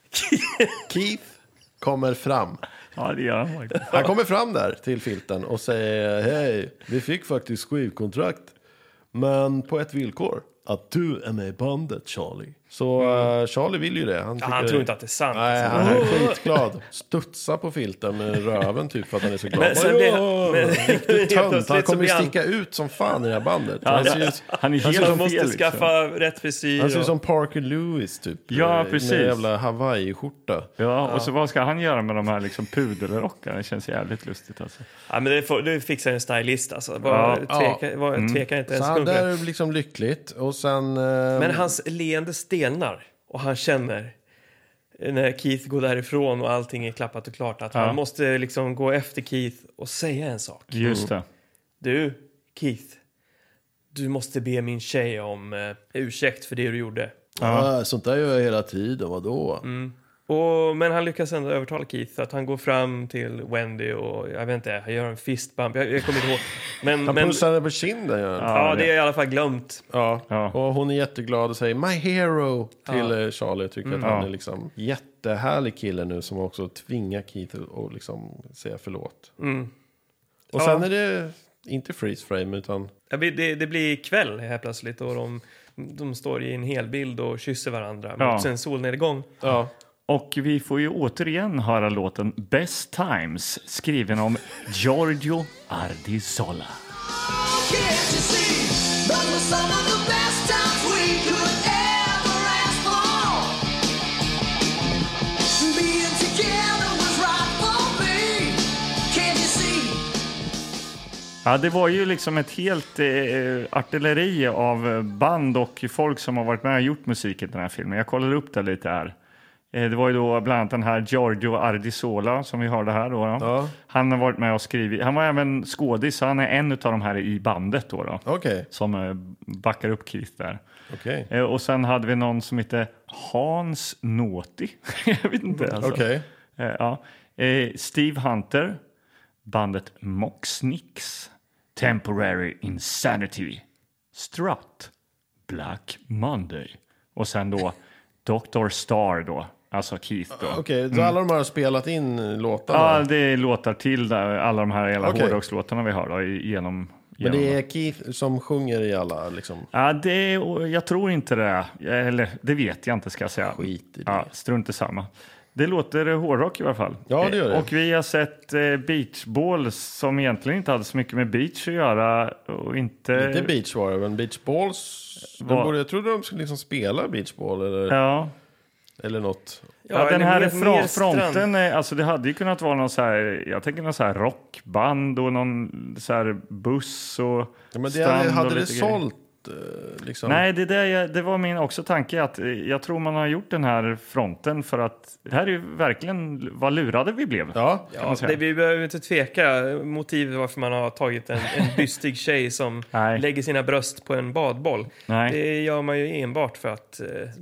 Keith kommer fram. Ja, det gör han faktiskt. Han kommer fram där till filten och säger hej, vi fick faktiskt skivkontrakt. Men på ett villkor. Att du är med i bandet, Charlie. Så uh, Charlie vill ju det. Han, Ja, han tycker- tror inte att det är sant. Nej, alltså. han är skitglad. Studsar på filten med röven typ för att han är så glad. Men sen blir han- Åh, men- riktigt helt tönt. Han plötsligt så kommer ju blir han- sticka ut som fan i det här bandet. Han ser ju, Han är Så helt de måste fel. Liksom. skaffa rätt frisyr. han ser ut och- som Parker Lewis typ. Ja, eh, precis. Med en jävla Hawaii-skjorta. Ja, och så vad ska han göra med de här liksom pudelrockarna? Det känns jävligt lustigt alltså. Ja, men det, får, det fixar en stylist alltså. Var, Ja. tveka, var, Mm. tvekar inte en Så han sekund för där det. är liksom lyckligt. Och sen... eh, Men hans leende stelnar. Och han känner, när Keith går därifrån och allting är klappat och klart, att Ja. han måste liksom gå efter Keith och säga en sak. Just det. Du, Keith. Du måste be min tjej om eh, ursäkt för det du gjorde. Ja, sånt där gör jag hela tiden, vadå? Mm. Och, men han lyckas ändå övertala Keith att han går fram till Wendy och jag vet inte, han gör en fistbump. Jag, jag kommer inte ihåg. Men, Han men, pussar henne på kinden, gör han. ja, det är i alla fall glömt. Ja. Ja. Och hon är jätteglad och säger My hero till Ja. eh, Charlie. Jag tycker att Mm. han Ja. är liksom jättehärlig kille nu som också tvingar Keith att liksom säga förlåt. Mm. Och Ja. sen är det inte freeze frame utan... Ja, det, det blir kväll här plötsligt och de, de står i en hel bild och kysser varandra Ja. mot en solnedgång. Ja. Och vi får ju återigen höra låten Best Times skriven om Giorgio Ardizola. Can't you see? Those were some of the best times we could ever ask for. Being together Ja, det var ju liksom ett helt eh, artilleri av band och folk som har varit med och gjort musik i den här filmen. Jag kollade upp det lite här. Eh, det var ju då bland annat den här Giorgio Ardisola som vi hörde här. Då, då. Ja. Han har varit med och skrivit. Han var även skådis, han är en av de här i bandet då. då Okay. som eh, backar upp Keith där. Okay. Eh, och sen hade vi någon som heter Hans Naughty. Jag vet inte. Alltså. Okay. Eh, ja. eh, Steve Hunter. Bandet Moxnix. Temporary Insanity. Strut. Black Monday. Och sen då doktor Star då. Alltså Keith då. Okej, okay, så mm. alla de här har spelat in låtarna? Ja, det är låtar till där. Alla de här hela okay. hårdrockslåtarna vi har då genom... Men det är Keith som sjunger i alla liksom? Ja, det är, jag tror inte det. Eller det vet jag inte ska jag säga. Skit i det. Ja, strunt i samma. Det låter hårdrock i alla fall. Ja, det gör det. Och vi har sett eh, Beach Balls som egentligen inte hade så mycket med beach att göra. Och inte... Lite beach var det, men Beach Balls... Var... Borde, jag trodde de skulle liksom spela Beach Ball eller, ja. eller något. Ja, ja den här mer, fra, mer fronten, är, alltså det hade ju kunnat vara någon så här, jag tänker någon så här rockband och någon så här buss och ja, men det hade, hade det sålt liksom. Nej, det, där, det var min också tanke att jag tror man har gjort den här fronten för att det här är ju verkligen vad lurade vi blev. Ja, ja det, vi behöver inte tveka motivet varför man har tagit en, en bystig tjej som Nej. lägger sina bröst på en badboll. Nej. Det gör man ju enbart för att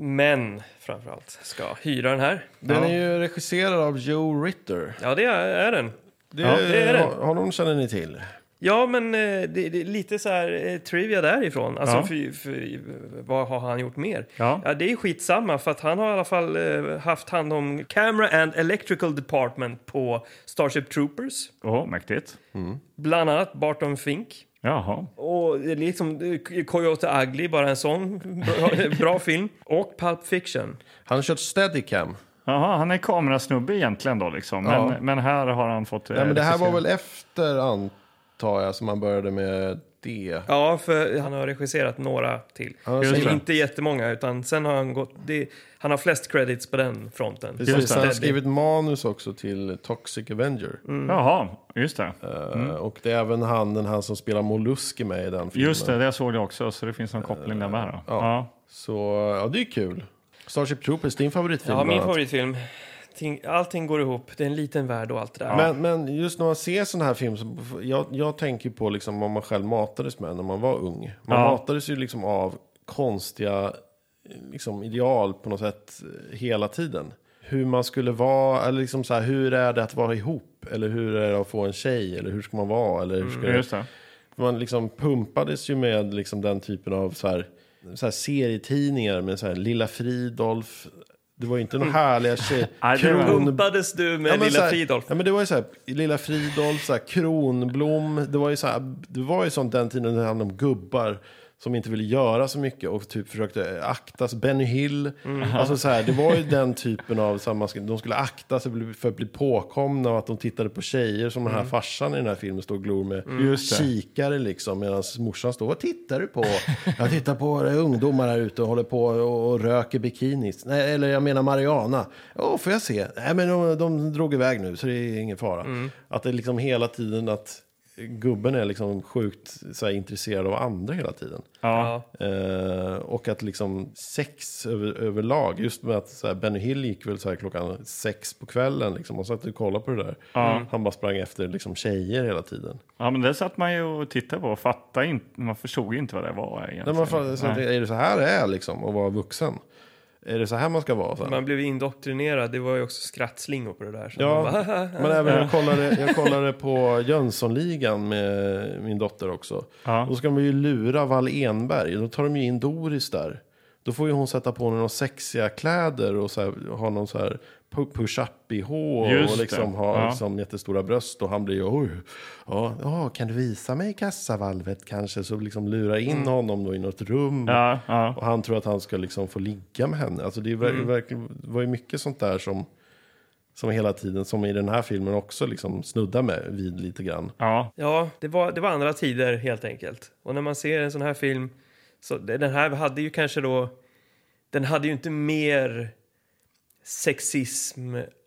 män framförallt ska hyra den här. Den ja. är ju regisserad av Joe Ritter. Ja, det är, är den. Det, ja, det är den. Honom känner ni till? Ja, men det, det är lite så här trivia därifrån. Alltså, ja. för, för, vad har han gjort mer? Ja. Ja, det är skitsamma för att han har i alla fall eh, haft hand om Camera and Electrical Department på Starship Troopers. Åh, oh, mäktigt. Mm. Bland annat Barton Fink. Jaha. Och liksom Coyote Ugly, bara en sån bra, bra film. Och Pulp Fiction. Han har kört Steadicam. Jaha, han är kamerasnubbe egentligen då liksom. Men, ja. men här har han fått... Nej, men det här var väl efter antar jag som han började med det. Ja, för han har regisserat några till. Alltså, inte jättemånga, utan sen har han gått... Det, han har flest credits på den fronten. Precis, han har skrivit manus också till Toxic Avenger. Mm. Jaha, just det. Mm. Uh, och det är även han, den han som spelar Molluski med i den filmen. Just det, det såg jag också, så det finns någon koppling uh, där med. Då. Ja. ja. Så, ja, det är kul. Starship Troopers, din favoritfilm? Ja, min favoritfilm. Allting går ihop. Det är en liten värld och allt det där. Men, men just när man ser sån här film, så jag, jag tänker på liksom vad man själv matades med när man var ung. Man ja. matades ju liksom av konstiga liksom, ideal på något sätt hela tiden. Hur man skulle vara, eller liksom så här, hur är det att vara ihop? Eller hur är det att få en tjej? Eller hur ska man vara? Eller hur ska mm, just det. Man liksom pumpades ju med liksom den typen av så här, så här serietidningar med så här Lilla Fridolf. Det var ju inte någon härliga tjej. Kron... Pumpades du med ja, Lilla här, Fridolf? Ja, men det var ju så här, Lilla Fridolf, så här, Kronblom. Det var ju så här, det var ju sånt den tiden det handlade om gubbar som inte ville göra så mycket och typ försökte aktas. Benny Hill. Mm. Alltså så här, det var ju den typen av, så här, de skulle akta sig för att bli påkomna och att de tittade på tjejer som mm. den här farsan i den här filmen står och glor med mm. kikare liksom, medan morsan står, vad tittar du på? Jag tittar på ungdomar här ute och håller på och röker bikinis. Nej, eller jag menar Mariana. Åh, får jag se? Nej, men de, de drog iväg nu så det är ingen fara. Mm. Att det är liksom hela tiden att gubben är liksom sjukt så här, intresserad av andra hela tiden. Ja. Eh, och att liksom sex över, överlag, just med att så här, Benny Hill gick väl så här klockan sex på kvällen liksom, och så att du kollar på det där. Ja. Han bara sprang efter liksom tjejer hela tiden. Ja, men det satt man ju och tittade på och fattade inte, man förstod ju inte vad det var egentligen. Nej, man fatt, så att, är det så här det är liksom att vara vuxen? Är det så här man ska vara? Så? Man blev indoktrinerad. Det var ju också skrattslingor på det där. Så ja, bara, men även jag kollade, jag kollade på Jönssonligan med min dotter också. Ja. Då ska de ju lura Wall Enberg. Då tar de ju in Doris där. Då får ju hon sätta på några sexiga kläder och så här, ha någon så här push-up i hår och liksom ha ja. liksom jättestora bröst, och han blir ju oj, ja, ja, kan du visa mig kassavalvet kanske, så liksom lura in mm. honom då i något rum ja, ja. och han tror att han ska liksom få ligga med henne. Alltså det är mm. verkligen, det var ju mycket sånt där som som hela tiden, som i den här filmen också liksom snuddar med vid lite grann. Ja, ja det, var, det var andra tider helt enkelt. Och när man ser en sån här film, så den här hade ju kanske då, den hade ju inte mer sexism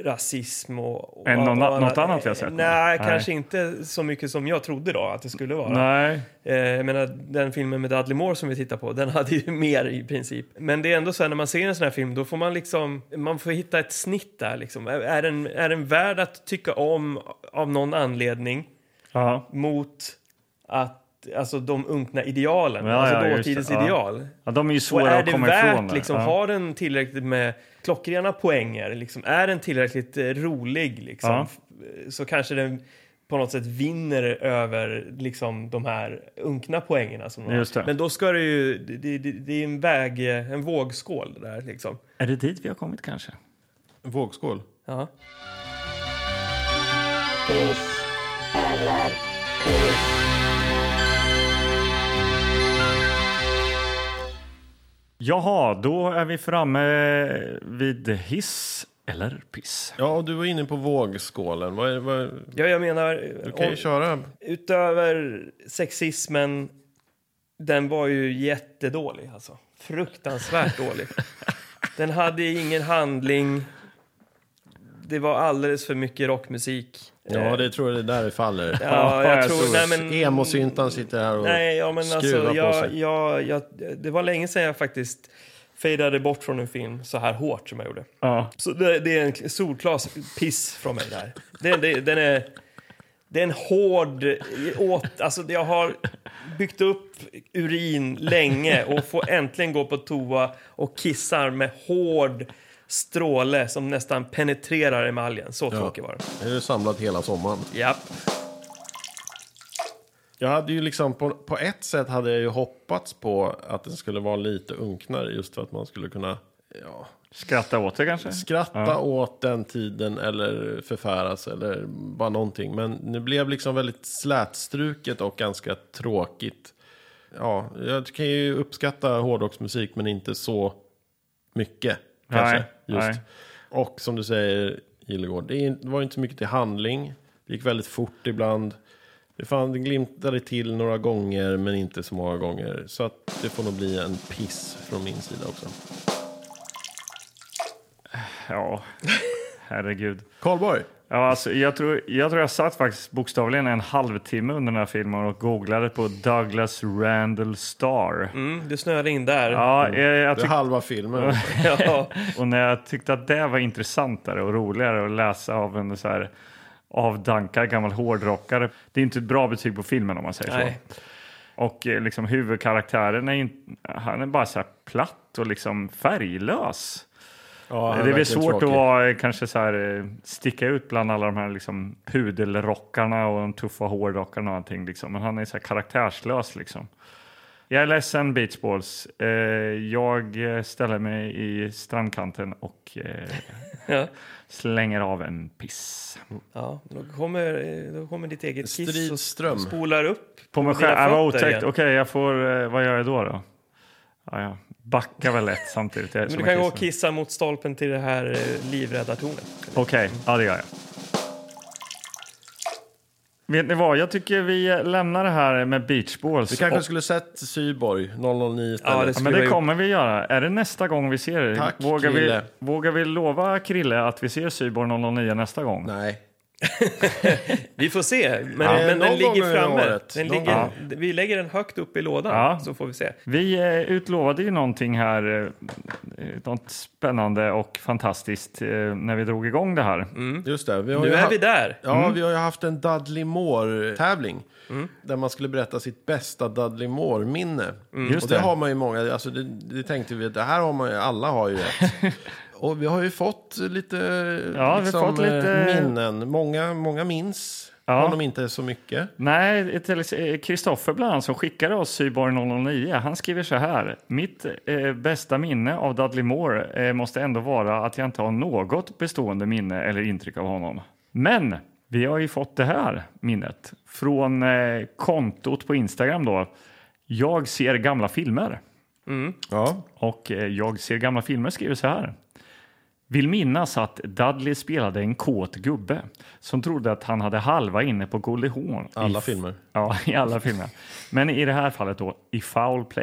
rasism och... och Än någon, och, något annat vi har sett? Nej, Nej, kanske inte så mycket som jag trodde då att det skulle vara. Nej. Eh, jag menar, den filmen med Dudley Moore som vi tittar på, den hade ju mer i princip. Men det är ändå så här, när man ser en sån här film, då får man liksom, man får hitta ett snitt där liksom. Är, är, den, är den värd att tycka om av någon anledning Ja. mot att alltså de unkna idealen, Ja, alltså ja, just dåtidens det, ja. ideal. Ja, de är ju Och svåra är att det komma värt, ifrån. där. liksom, Ja. har den tillräckligt med klockrena poänger, liksom, är den tillräckligt eh, rolig, liksom, Ja. f- så kanske den på något sätt vinner över liksom, de här unkna poängerna. Som de Just har. det. Men då ska det ju, det, det, det är en väg, en vågskål det där liksom. Är det dit vi har kommit kanske? Vågskål. Ja. Jaha, då är vi framme vid hiss eller piss. Ja, och du var inne på vågskålen. Vad är, vad, ja, jag menar, du kan ju om- köra. utöver sexismen, den var ju jättedålig alltså. Fruktansvärt dålig. Den hade ingen handling. Det var alldeles för mycket rockmusik. Ja, det tror jag det där det faller. Ja, jag jag tror... tror- Nej, men, Emosyntan sitter här och nej, ja, men skruvar alltså, på jag, sig. jag, jag, det var länge sedan jag faktiskt fejdade bort från en film så här hårt som jag gjorde. Ja. Så det, det är en solklas piss från mig där. Den, det, den är... Det är en hård... Åt, alltså jag har byggt upp urin länge och får äntligen gå på toa och kissar med hård stråle som nästan penetrerar emaljen. Så tråkig var den. Det är ju samlat hela sommaren. Ja. Jag hade ju liksom på, på ett sätt hade jag ju hoppats på att den skulle vara lite unknare just för att man skulle kunna ja, Skratta åt det kanske? skratta Ja. åt den tiden eller förfäras eller bara någonting. Men det blev liksom väldigt slätstruket och ganska tråkigt. Ja, jag kan ju uppskatta hårdrocksmusik men inte så mycket kanske. Nej, just. nej. Och som du säger, Gillegård, det är- det var inte så mycket till handling. Det gick väldigt fort ibland. Det, fan, det glimtade till några gånger men inte så många gånger. Så att det får nog bli en piss från min sida också. Ja, herregud. Karlborg. Ja, alltså, jag, tror, jag tror jag satt faktiskt bokstavligen en halvtimme under den här filmen och googlade på Douglas Randall Starr. Mm, du snöade in där. Ja, jag, jag Det är tyck- halva filmen. Ja. och när jag tyckte att det var intressantare och roligare att läsa av en så här avdankad gammal hårdrockare. Det är inte ett bra betyg på filmen om man säger Nej. så. Och eh, liksom huvudkaraktären är in, han är bara så här platt och liksom färglös. Ja, han Det är väl verkligen svårt tråkig. att vara, eh, kanske så här, eh, sticka ut bland alla de här liksom, pudelrockarna och de tuffa hårdrockarna och allting. Liksom. Men han är så här karaktärslös. Liksom. Jag är ledsen, Beach Boys. Eh, jag eh, ställer mig i strandkanten och eh, Ja. slänger av en piss. Ja, då kommer, då kommer ditt eget kiss och Stridström. spolar upp På mig dina själv. Ja, vad fötter otäckt. igen. Okej, jag får... Eh, vad gör jag då? då? Ja, ja. Backa väl lätt samtidigt. Jag är Men som du en kan gå och kissare. kissa mot stolpen till det här eh, livräddartornet. Okej, ja det gör jag. Vet ni vad, jag tycker vi lämnar det här med Beach Boys. Vi kanske Och- skulle sett Syborg noll noll nio istället. Ja, det Ja, skulle men vi det ha gjort. kommer vi göra. Är det nästa gång vi ser det? Tack, vågar, vi, Krille. vågar vi lova Krille att vi ser Syborg noll noll nio nästa gång? Nej. Vi får se, men, Ja. men den Någon gång ligger i framme. året. Den Någon ligger, gång. Vi lägger den högt upp i lådan, Ja. så får vi se. Vi eh, utlovade ju någonting här, eh, något spännande och fantastiskt eh, när vi drog igång det här. Just det. Vi har Nu ju är ha- vi där. Ja, vi har ju haft en Dudley Moore-tävling. Mm. Där man skulle berätta sitt bästa Dudley Moore-minne. Just Och det det. har man ju många, alltså det, det tänkte vi, det här har man ju, alla har ju ett. Och vi har ju fått lite, Ja, vi liksom, har fått lite- eh, minnen. Många, många minns Ja. honom inte så mycket. Nej, till- Kristoffer bland annat som skickade oss Syborg noll noll nio. Han skriver så här. Mitt eh, bästa minne av Dudley Moore eh, måste ändå vara att jag inte har något bestående minne eller intryck av honom. Men vi har ju fått det här minnet från eh, kontot på Instagram då. Jag ser gamla filmer. Ja. Och eh, jag ser gamla filmer skriver så här. Vill minnas att Dudley spelade en kåt gubbe som trodde att han hade halva inne på Goldie Hawn. Alla I- filmer. Ja, i alla filmer. Men i det här fallet då, i Foul Play.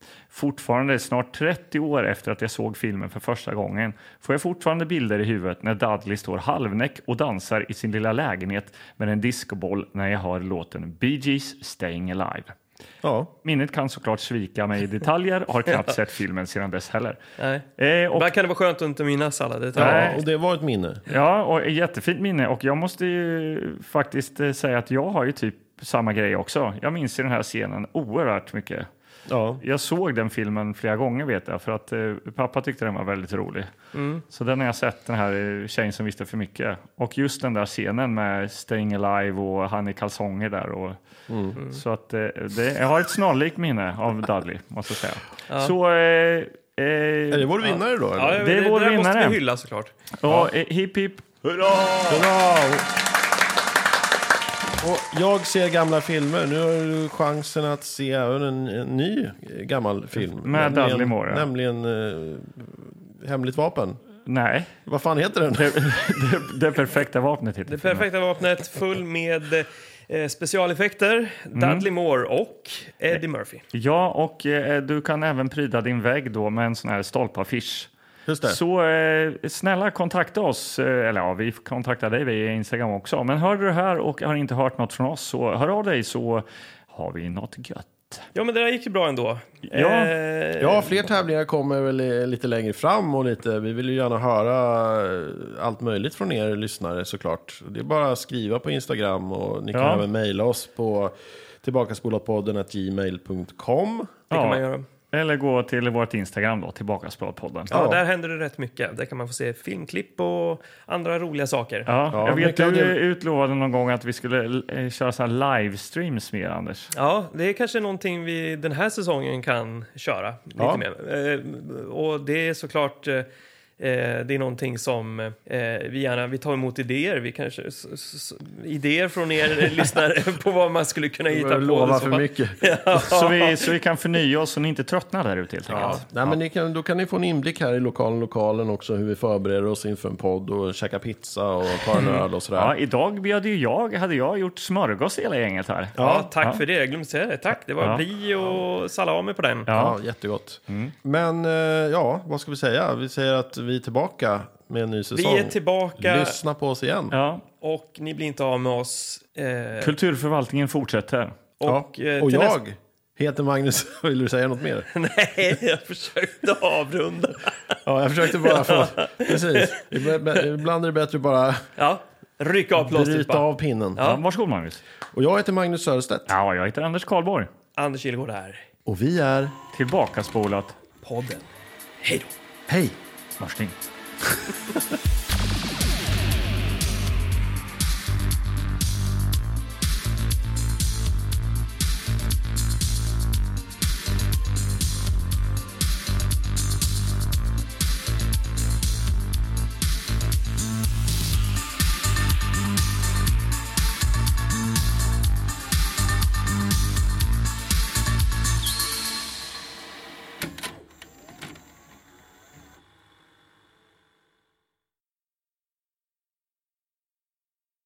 Fortfarande snart trettio år efter att jag såg filmen för första gången får jag fortfarande bilder i huvudet när Dudley står halvnäck och dansar i sin lilla lägenhet med en discoboll när jag hör låten Bee Gees Staying Alive. Ja. Minnet kan såklart svika mig i detaljer och har knappt sett filmen sedan dess heller. Nej. Eh, och, Där kan det vara skönt att inte minnas alla Ja, detaljer. och det var ett minne. ja, och ett jättefint minne. Och jag måste ju faktiskt eh, säga att jag har ju typ samma grej också. Jag minns ju den här scenen oerhört mycket. Ja. Jag såg den filmen flera gånger vet jag, för att eh, pappa tyckte den var väldigt rolig. Mm. Så den har jag sett, den här eh, tjejen som visste för mycket. Och just den där scenen med Staying Alive och han i kalsonger där. Och, mm. Så att eh, det, jag har ett snarlikt minne av Dudley, måste jag säga. Ja. Så... Eh, eh, är det vår vinnare då? Eller? Ja, det är det, vår det där vinnare. måste vi hylla såklart. Och ja. eh, hip hip. Hurra! Hurra! Och jag ser gamla filmer. Nu har du chansen att se även en, en ny gammal film. Med nämligen, Dudley Moore. Ja. Nämligen uh, Hemligt vapen. Nej. Vad fan heter den? Det, det, det perfekta vapnet heter Det perfekta vapnet full med eh, specialeffekter, mm. Dudley Moore och Eddie Murphy. Ja, och eh, du kan även pryda din vägg då med en sån här stolpaffisch. Just det. Så eh, snälla kontakta oss, eh, eller ja, vi kontaktar dig via Instagram också. Men hör du det här och har inte hört något från oss, så hör av dig så har vi något gött. Ja, men det där gick ju bra ändå. Ja, eh, ja fler tävlingar kommer väl lite längre fram och lite, vi vill ju gärna höra allt möjligt från er lyssnare såklart. Det är bara att skriva på Instagram och ni kan ja. även mejla oss på tillbakaspolatpodden at gmail punkt com. Det kan man göra. Eller gå till vårt Instagram då, Tillbakaspålpodden. Ja, där händer det rätt mycket. Där kan man få se filmklipp och andra roliga saker. Ja, ja jag vet du du utlovade någon gång att vi skulle eh, köra så här livestreams med Anders. Ja, det är kanske någonting vi den här säsongen kan köra lite ja. mer. Eh, och det är såklart... Eh, Eh, det är någonting som eh, vi gärna vi tar emot idéer. Vi kanske s- s- idéer från er lyssnare på vad man skulle kunna hitta på. Lova för mycket. Ja. Så, vi, så vi kan förnya oss och ni inte tröttnar där ute helt Ja. enkelt. Nej, men ni kan, då kan ni få en inblick här i lokalen, lokalen också hur vi förbereder oss inför en podd och käka pizza och ta en öl och sådär. Ja, idag bjöd ju jag, hade jag gjort smörgås hela gänget här. Ja, tack ja. för det. Jag glömde säga det. Tack. Det var Ja. brie och salami på den. Ja, jättegott. Mm. Men eh, ja, vad ska vi säga? Vi säger att vi är tillbaka med en ny säsong. Vi är tillbaka. Lyssna på oss igen. Ja. Och ni blir inte av med oss. Eh, Kulturförvaltningen fortsätter. och ja. eh, och till jag nästa- heter Magnus. Vill du säga något mer? Nej, jag försökte avrunda. Ja, jag försökte bara få... Precis. Ibland är det bättre bara Ja, rycka av plåstret bryta bara. av pinnen. Ja. Varsågod Magnus. Och jag heter Magnus Söderstedt. Ja, jag heter Anders Karlborg. Anders Kihlgård här. Och vi är... Tillbakaspolat. Podden. Hej då. Hej! Varsågod.